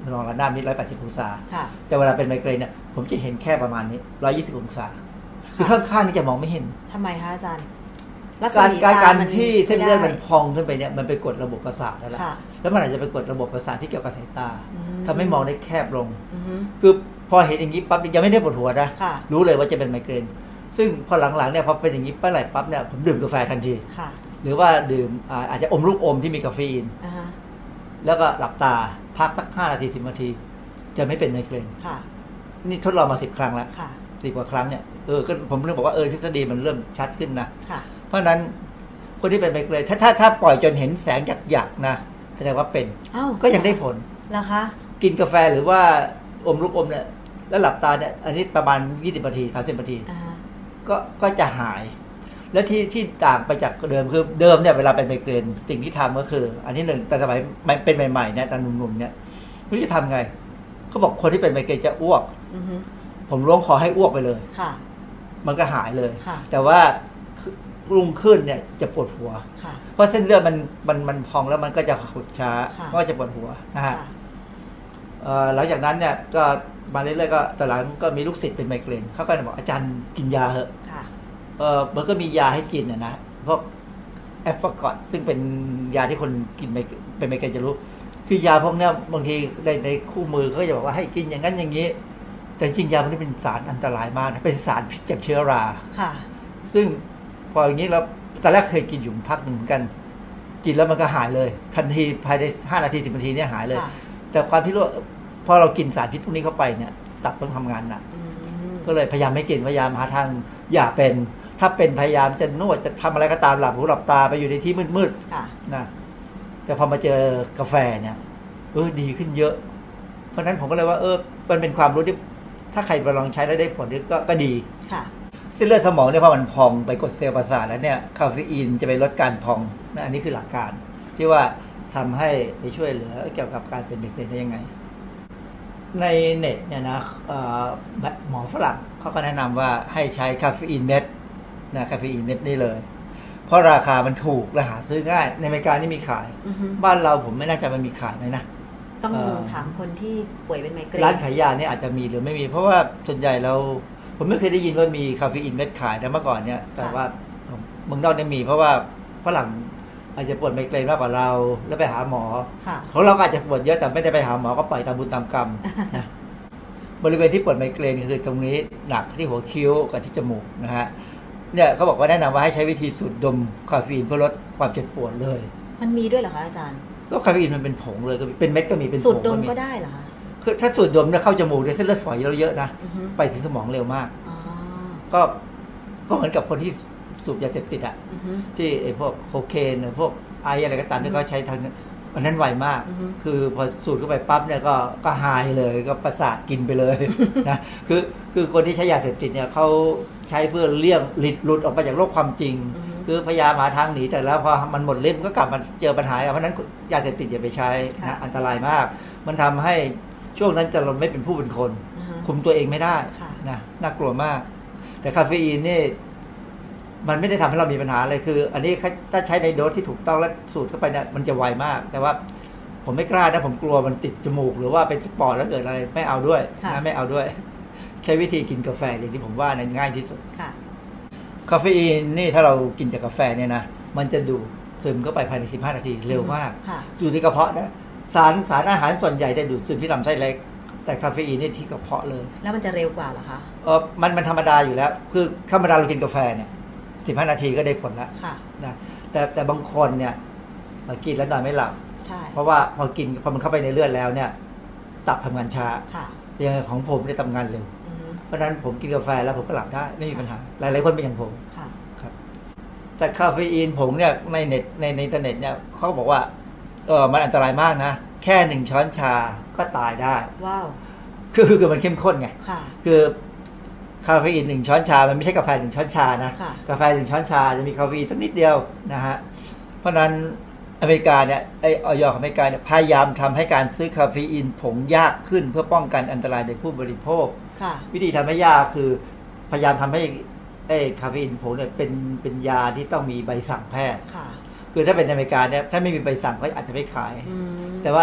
มองระนาบนี้หนึ่งร้อยแปดสิบองศาแต่เวลาเป็นไมเกรนเนี่ยผมจะเห็นแค่ประมาณนี้หนึ่งร้อยยี่สิบองศาคือข้างๆนี่จะมองไม่เห็นทำไมคะอาจารย์การการการที่เส้นเลือดมันพองขึ้นไปเนี่ยมันไปกดระบบประสาทแล้วล่ะแล้วมันอาจจะไปกดระบบประสาทที่เกี่ยวกับสายตาทำให้มองได้แคบลงคือพอเห็นอย่างนี้ปั๊บยังไม่ได้ปวดหัวนะรู้เลยว่าจะเป็นไมเกรนซึ่งพอหลังๆเนี่ยพอเป็นอย่างนี้ปั๊บไหลปั๊บเนี่ยผมดื่มกาแฟทันทีหรือว่าดื่มอาจจะอมลูกอมที่มีกาเฟอีนแล้วก็หลับตาพักสักห้านาทีสิบนาทีจะไม่เป็นไมเกรนนี่ทดลองมาสิบครั้งแล้วสิบกว่าครั้งเนี่ยเออก็ผมเริ่มบอกว่าเออทฤษฎีมันเริ่มชัดขึ้นนะเพราะนั้นคนที่เป็นไมเกรนถ้าถ้าถ้าปล่อยจนเห็นแสงหยักๆนะแสดงว่าเป็นก็ยังได้ผลแล้วคะกินกาแฟหรือว่าอมลูกอมเนี่ยแล้วหลับตาเนี่ยอันนี้ประมาณยี่สิบนาทีสามสิบนาทีก็ก็จะหายและที่ที่ต่างไปจากเดิมคือเดิมเนี่ยเวลาเป็นไมเกรนสิ่งที่ทำก็คืออันนี้หนึ่งแต่สมัยเป็นใหม่ๆเนี่ยตอนหนุ่มๆเนี่ยไม่รู้จะทำไงเขาบอกคนที่เป็นไมเกรนจะอ้วกผมล้วงคอให้อ้วกไปเลยมันก็หายเลยแต่ว่ารุ่งขึ้นเนี่ยจะปวดหัวเพราะเส้นเลือดมันมันมันพองแล้วมันก็จะหดช้าก็จะปวดหัวนะฮะหลังจากนั้นเนี่ยก็มาเรื่อยๆก็ตอนหลังก็มีลูกศิษย์เป็นไมเกรนเขาก็บอกอาจารย์กินยาเหอะเออมันก็มียาให้กินนะนะพวกแอฟฟากอตซึ่งเป็นยาที่คนกินเป็นไมเกรนจะรู้คือยาพวกนี้บางทีในในคู่มือเขาจะบอกว่าให้กินอย่างนั้นอย่างนี้แต่จริงยาพวกนี้เป็นสารอันตรายมากเป็นสารพิษจากเชื้อราค่ะซึ่งพออย่างนี้เราตอนแรกเคยกินอยู่พักหนึ่งเหมือนกันกินแล้วมันก็หายเลยทันทีภายในห้านาทีสิบนาทีเนี่ยหายเลยแต่ความที่รู้พอเรากินสารพิษพวกนี้เข้าไปเนี่ยตับต้องทำงานหนักก็เลยพยายามไม่กินพยายามหาทางอย่าเป็นถ้าเป็นพยายามจะนวดจะทำอะไรก็ตามหลับหูหลับตาไปอยู่ในที่มืดๆนะแต่พอมาเจอกาแฟเนี่ยเออดีขึ้นเยอะเพราะนั้นผมก็เลยว่าเออมันเป็นความรู้ที่ถ้าใครไปลองใช้แล้วได้ผลก็ก็ดีเส้นเลือดสมองเนี่ยพอมันพองไปกดเซลล์ประสาทแล้วเนี่ยคาเฟอีนจะไปลดการพองนะอันนี้คือหลักการที่ว่าทำให้ไปช่วยเหลือเกี่ยวกับการเป็นไมเกรนได้ยังไงในเน็ตเนี่ยนะหมอฝรั่งเขาก็แนะนำว่าให้ใช้คาเฟอีนเม็ดนะคาเฟอีนเม็ดนี่เลยเพราะราคามันถูกและหาซื้อง่ายในอเมริกานี่มีขายบ้านเราผมไม่แน่ใจมันมีขายไหมนะต้องถามคนที่ป่วยเป็นไมเกรนร้านขายยาเนี่ยอาจจะมีหรือไม่มีเพราะว่าส่วนใหญ่เราผมไม่เคยได้ยินว่ามีคาเฟอีนเม็ดขายแต่เมื่อก่อนเนี่ยแต่ว่าเมืองนอกเนี่ยมีเพราะว่าฝรั่งอาจจะปวดไมเกรนมากกว่าเราแล้วไปหาหมอเขาเราอาจจะปวดเยอะแต่ไม่ได้ไปหาหมอก็ปล่อยตามบุญตามกรรมนะบริเวณที่ปวดไมเกรนคือตรงนี้หนักที่หัวคิ้วกับที่จมูกนะฮะเนี่ยเขาบอกว่าแนะนำว่าให้ใช้วิธีสูดดมคาเฟอีนเพื่อลดความเจ็บปวดเลยมันมีด้วยเหรอคะอาจารย์ก็คาเฟอีนมันเป็นผงเลยก็เป็นเม็ดก็มีเป็นผงสูดดมก็ได้เหรอคะคือถ้าสูดดมเนี่ยเข้าจมูกเนี่ยเส้นเลือดฝอยเยอะๆนะไปถึงสมองเร็วมากก็ก็เหมือนกับคนที่สูบยาเสพติดอ่ะที่ไอ้พวกโคเคนหรือพวกไออะไรก็ตามที่เขาใช้ทางอันนั้นไวมากคือพอสูดเข้าไปปั๊บเนี่ยก็ก็หายเลยก็ประสาทกินไปเลยนะคือคือคนที่ใช้ยาเสพติดเนี่ยเขาใช้เพื่อเลี่ยงหลุดหลุดออกไปจากโลกความจริงคือพยายามหาทางหนีแต่แล้วพอมันหมดฤทธิ์มันก็กลับมาเจอปัญหาเพราะนั้นยาเสพติดอย่าไปใช้นะอันตรายมากมันทำให้ช่วงนั้นจะเราไม่เป็นผู้เป็นคนคุมตัวเองไม่ได้นะน่ากลัวมากแต่คาเฟอีนนี่มันไม่ได้ทำให้เรามีปัญหาอะไรคืออันนี้ถ้าใช้ในโดสที่ถูกต้องและสูดเข้าไปเนี่ยมันจะไวมากแต่ว่าผมไม่กล้านะผมกลัวมันติดจมูกหรือว่าเป็นปอดแล้วเกิดอะไรไม่เอาด้วยนะไม่เอาด้วยใช้วิธีกินกาแฟอย่างที่ผมว่านั้นง่ายที่สุดคาเฟอีนนี่ถ้าเรากินจากกาแฟเนี่ยนะมันจะดูดซึมเข้าไปภายในสิบห้านาทีเร็วมากอยู่ที่กระเพาะนะสารสารอาหารส่วนใหญ่จะดูดซึมที่ลำไส้เล็กแต่คาเฟอีนนี่ที่กระเพาะเลยแล้วมันจะเร็วกว่าเหรอคะเออมันมันธรรมดาอยู่แล้วคือธรรมดาเรากินกาแฟเนี่ยสิบห้านาทีก็ได้ผลแล้วนะแต่แต่บางคนเนี่ยกินแล้วนอนไม่หลับเพราะว่าพอกินพอมันเข้าไปในเลือดแล้วเนี่ยตับทำงานช้าอย่างของผมได้ทำงานเร็วเพราะฉะนั้นผมกินกาแฟแล้วผมก็หลับได้ไม่มีปัญหาหลายๆคนเป็นอย่างผมครับแต่คาเฟอีนผงเนี่ยในเน็ตในในอินเทอร์เน็ตเนี่ยเขาบอกว่าเออมันอันตรายมากนะแค่หนึ่งช้อนชาก็ตายได้ว้าวคือคือมันเข้มข้นไงคือคาเฟอีนหนึ่งช้อนชามันไม่ใช่กาแฟหนึ่งช้อนชานะกาแฟหนึ่งช้อนชาจะมีคาเฟอีนสักนิดเดียวนะฮะเพราะนั้นอเมริกาเนี่ยไอออยของอเมริกาเนี่ยพยายามทำให้การซื้อคาเฟอีนผงยากขึ้นเพื่อป้องกันอันตรายในผู้บริโภควิธีทำให้ยากคือพยายามทำให้ไอคาเฟอีนผงเนี่ยเป็นเป็นยาที่ต้องมีใบสั่งแพทย์คือถ้าเป็นอเมริกาเนี่ยถ้าไม่มีใบสั่งเขาอาจจะไม่ขายแต่ว่า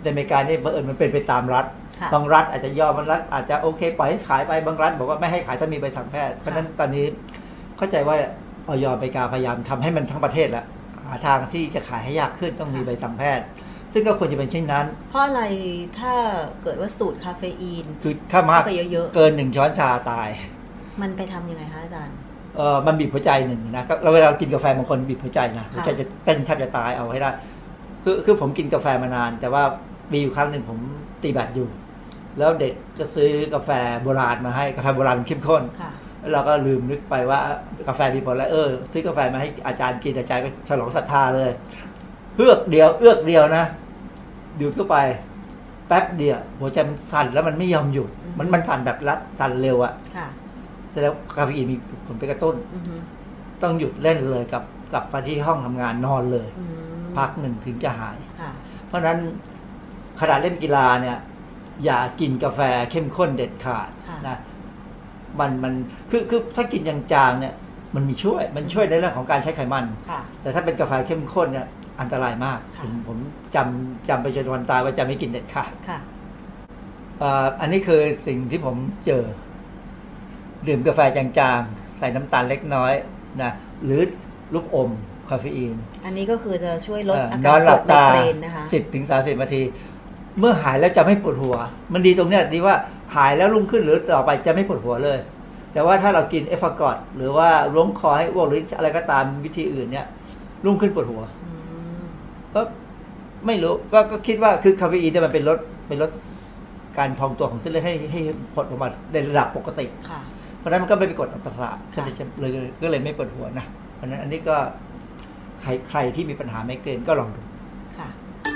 ในอเมริกานี่บังเอิญมันเป็นไปตามรัฐบางรัฐอาจจะยอมบางรัฐอาจจะโอเคปล่อยให้ขายไปบางรัฐบอกว่าไม่ให้ขายถ้ามีใบสั่งแพทย์เพราะฉะนั้นตอนนี้เข้าใจว่าออยอเมริกาพยายามทำให้มันทั้งประเทศแล้วหาทางที่จะขายให้ยากขึ้นต้องมีใบสั่งแพทย์ซึ่งก็ควรจะเป็นเช่นนั้นเพราะอะไรถ้าเกิดว่าสูตรคาเฟอีนคือถ้ามากเกินหนึ่งช้อนชาตายมันไปทำยังไงคะอาจารย์เออมันบีบหัวใจหนึ่งนะเราเวลากินกาแฟบางคนบีบหัวใจนะหัวใจจะเต้นแทบจะตายเอาให้ได้คือคือผมกินกาแฟมานานแต่ว่ามีอยู่ครั้งหนึ่งผมตีแบดอยู่แล้วเด็กก็ซื้อกาแฟโบราณมาให้กาแฟโบราณมันเข้มข้นแล้วเราก็ลืมนึกไปว่ากาแฟมีผลแล้วเออซื้อกาแฟมาให้อาจารย์กินอาจารย์ก็ฉลองศรัทธาเลยเอื้อกเดียวเอื้อกเดียวนะดูดเข้าไปแป๊บเดียวหัวใจมันสั่นแล้วมันไม่ยอมหยุดมันมันสั่นแบบรัดสั่นเร็วอะแสดงคาเฟอีนมีผลไปกระตุ้นต้องหยุดเล่นเลยกับกลับไปที่ห้องทำงานนอนเลยพักหนึ่งถึงจะหายเพราะฉะนั้นขณะเล่นกีฬาเนี่ยอย่ากินกาแฟเข้มข้นเด็ดขาดนะมันมันคือคือถ้ากินจางๆเนี่ยมันมีช่วยมันช่วยในเรื่องของการใช้ไขมันแต่ถ้าเป็นกาแฟเข้มข้นเนี่ยอันตรายมากผมผมจำจำไปจนวันตายว่าจะไม่กินเด็ดขาดอันนี้คือสิ่งที่ผมเจอดื่มกาแฟจางๆใส่น้ำตาลเล็กน้อยนะหรือลูกอมคาเฟอีนอันนี้ก็คือจะช่วยลดอาการปวดไมเกรนนะคะสิบถึงสามสิบ นาทีเมื่อหายแล้วจะไม่ปวดหัวมันดีตรงเนี้ยดีว่าหายแล้วรุ่งขึ้นหรือต่อไปจะไม่ปวดหัวเลยแต่ว่าถ้าเรากินเอฟากอดหรือว่าล้วงคอให้อ้วกหรืออะไรก็ตามวิธีอื่นเนี่ยรุ่งขึ้นปวดหัวก็ไม่รู้ก็ก็คิดว่าคือคาเฟอีนเนี่ยมันเป็นลดเป็นลดการพองตัวของเส้นเลือดให้ให้ผลออกมาในระดับปกติเพราะนั้นมันก็ไม่ไปกดประสาทก็เลยเลยก็เลยไม่ปวดหัวนะเพราะนั้นอันนี้ก็ใครใครที่มีปัญหาไมเกรนก็ลองดูค่ะ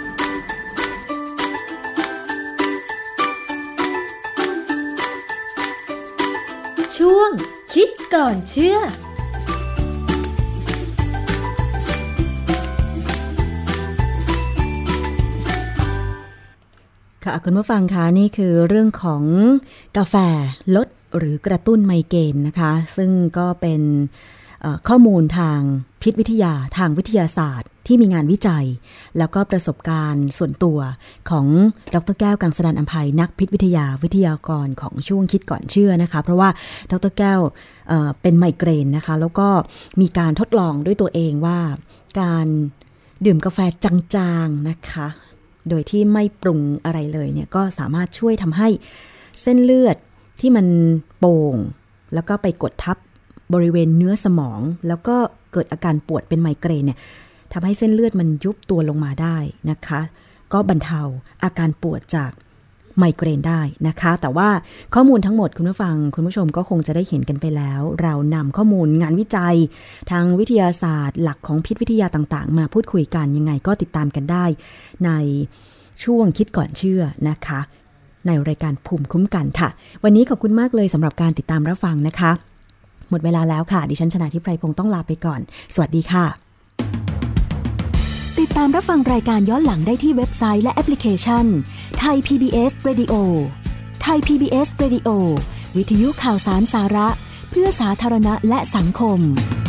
ช่วงคิดก่อนเชื่อค่ะคุณผู้ฟังคะนี่คือเรื่องของกาแฟลดหรือกระตุ้นไมเกรนนะคะซึ่งก็เป็นข้อมูลทางพิษวิทยาทางวิทยาศาสตร์ที่มีงานวิจัยแล้วก็ประสบการณ์ส่วนตัวของดร.แก้วกังสดาลอำไพนักพิษวิทยาวิทยากรของช่วงคิดก่อนเชื่อนะคะเพราะว่าดร.แก้วเอ่อเป็นไมเกรนนะคะแล้วก็มีการทดลองด้วยตัวเองว่าการดื่มกาแฟจางๆนะคะโดยที่ไม่ปรุงอะไรเลยเนี่ยก็สามารถช่วยทำให้เส้นเลือดที่มันโป่งแล้วก็ไปกดทับบริเวณเนื้อสมองแล้วก็เกิดอาการปวดเป็นไมเกรนเนี่ยทำให้เส้นเลือดมันยุบตัวลงมาได้นะคะก็บรรเทาอาการปวดจากไมเกรนได้นะคะแต่ว่าข้อมูลทั้งหมดคุณผู้ฟังคุณผู้ชมก็คงจะได้เห็นกันไปแล้วเรานำข้อมูลงานวิจัยทางวิทยาศาสตร์หลักของพิษวิทยาต่างๆมาพูดคุยกันยังไงก็ติดตามกันได้ในช่วงคิดก่อนเชื่อนะคะในรายการภูมิคุ้มกันค่ะวันนี้ขอบคุณมากเลยสำหรับการติดตามรับฟังนะคะหมดเวลาแล้วค่ะดิฉันชนาธิปไพพงศ์ต้องลาไปก่อนสวัสดีค่ะติดตามรับฟังรายการย้อนหลังได้ที่เว็บไซต์และแอปพลิเคชัน Thai พี บี เอส Radio Thai พี บี เอส Radio วิทยุข่าวสารสาระเพื่อสาธารณะและสังคม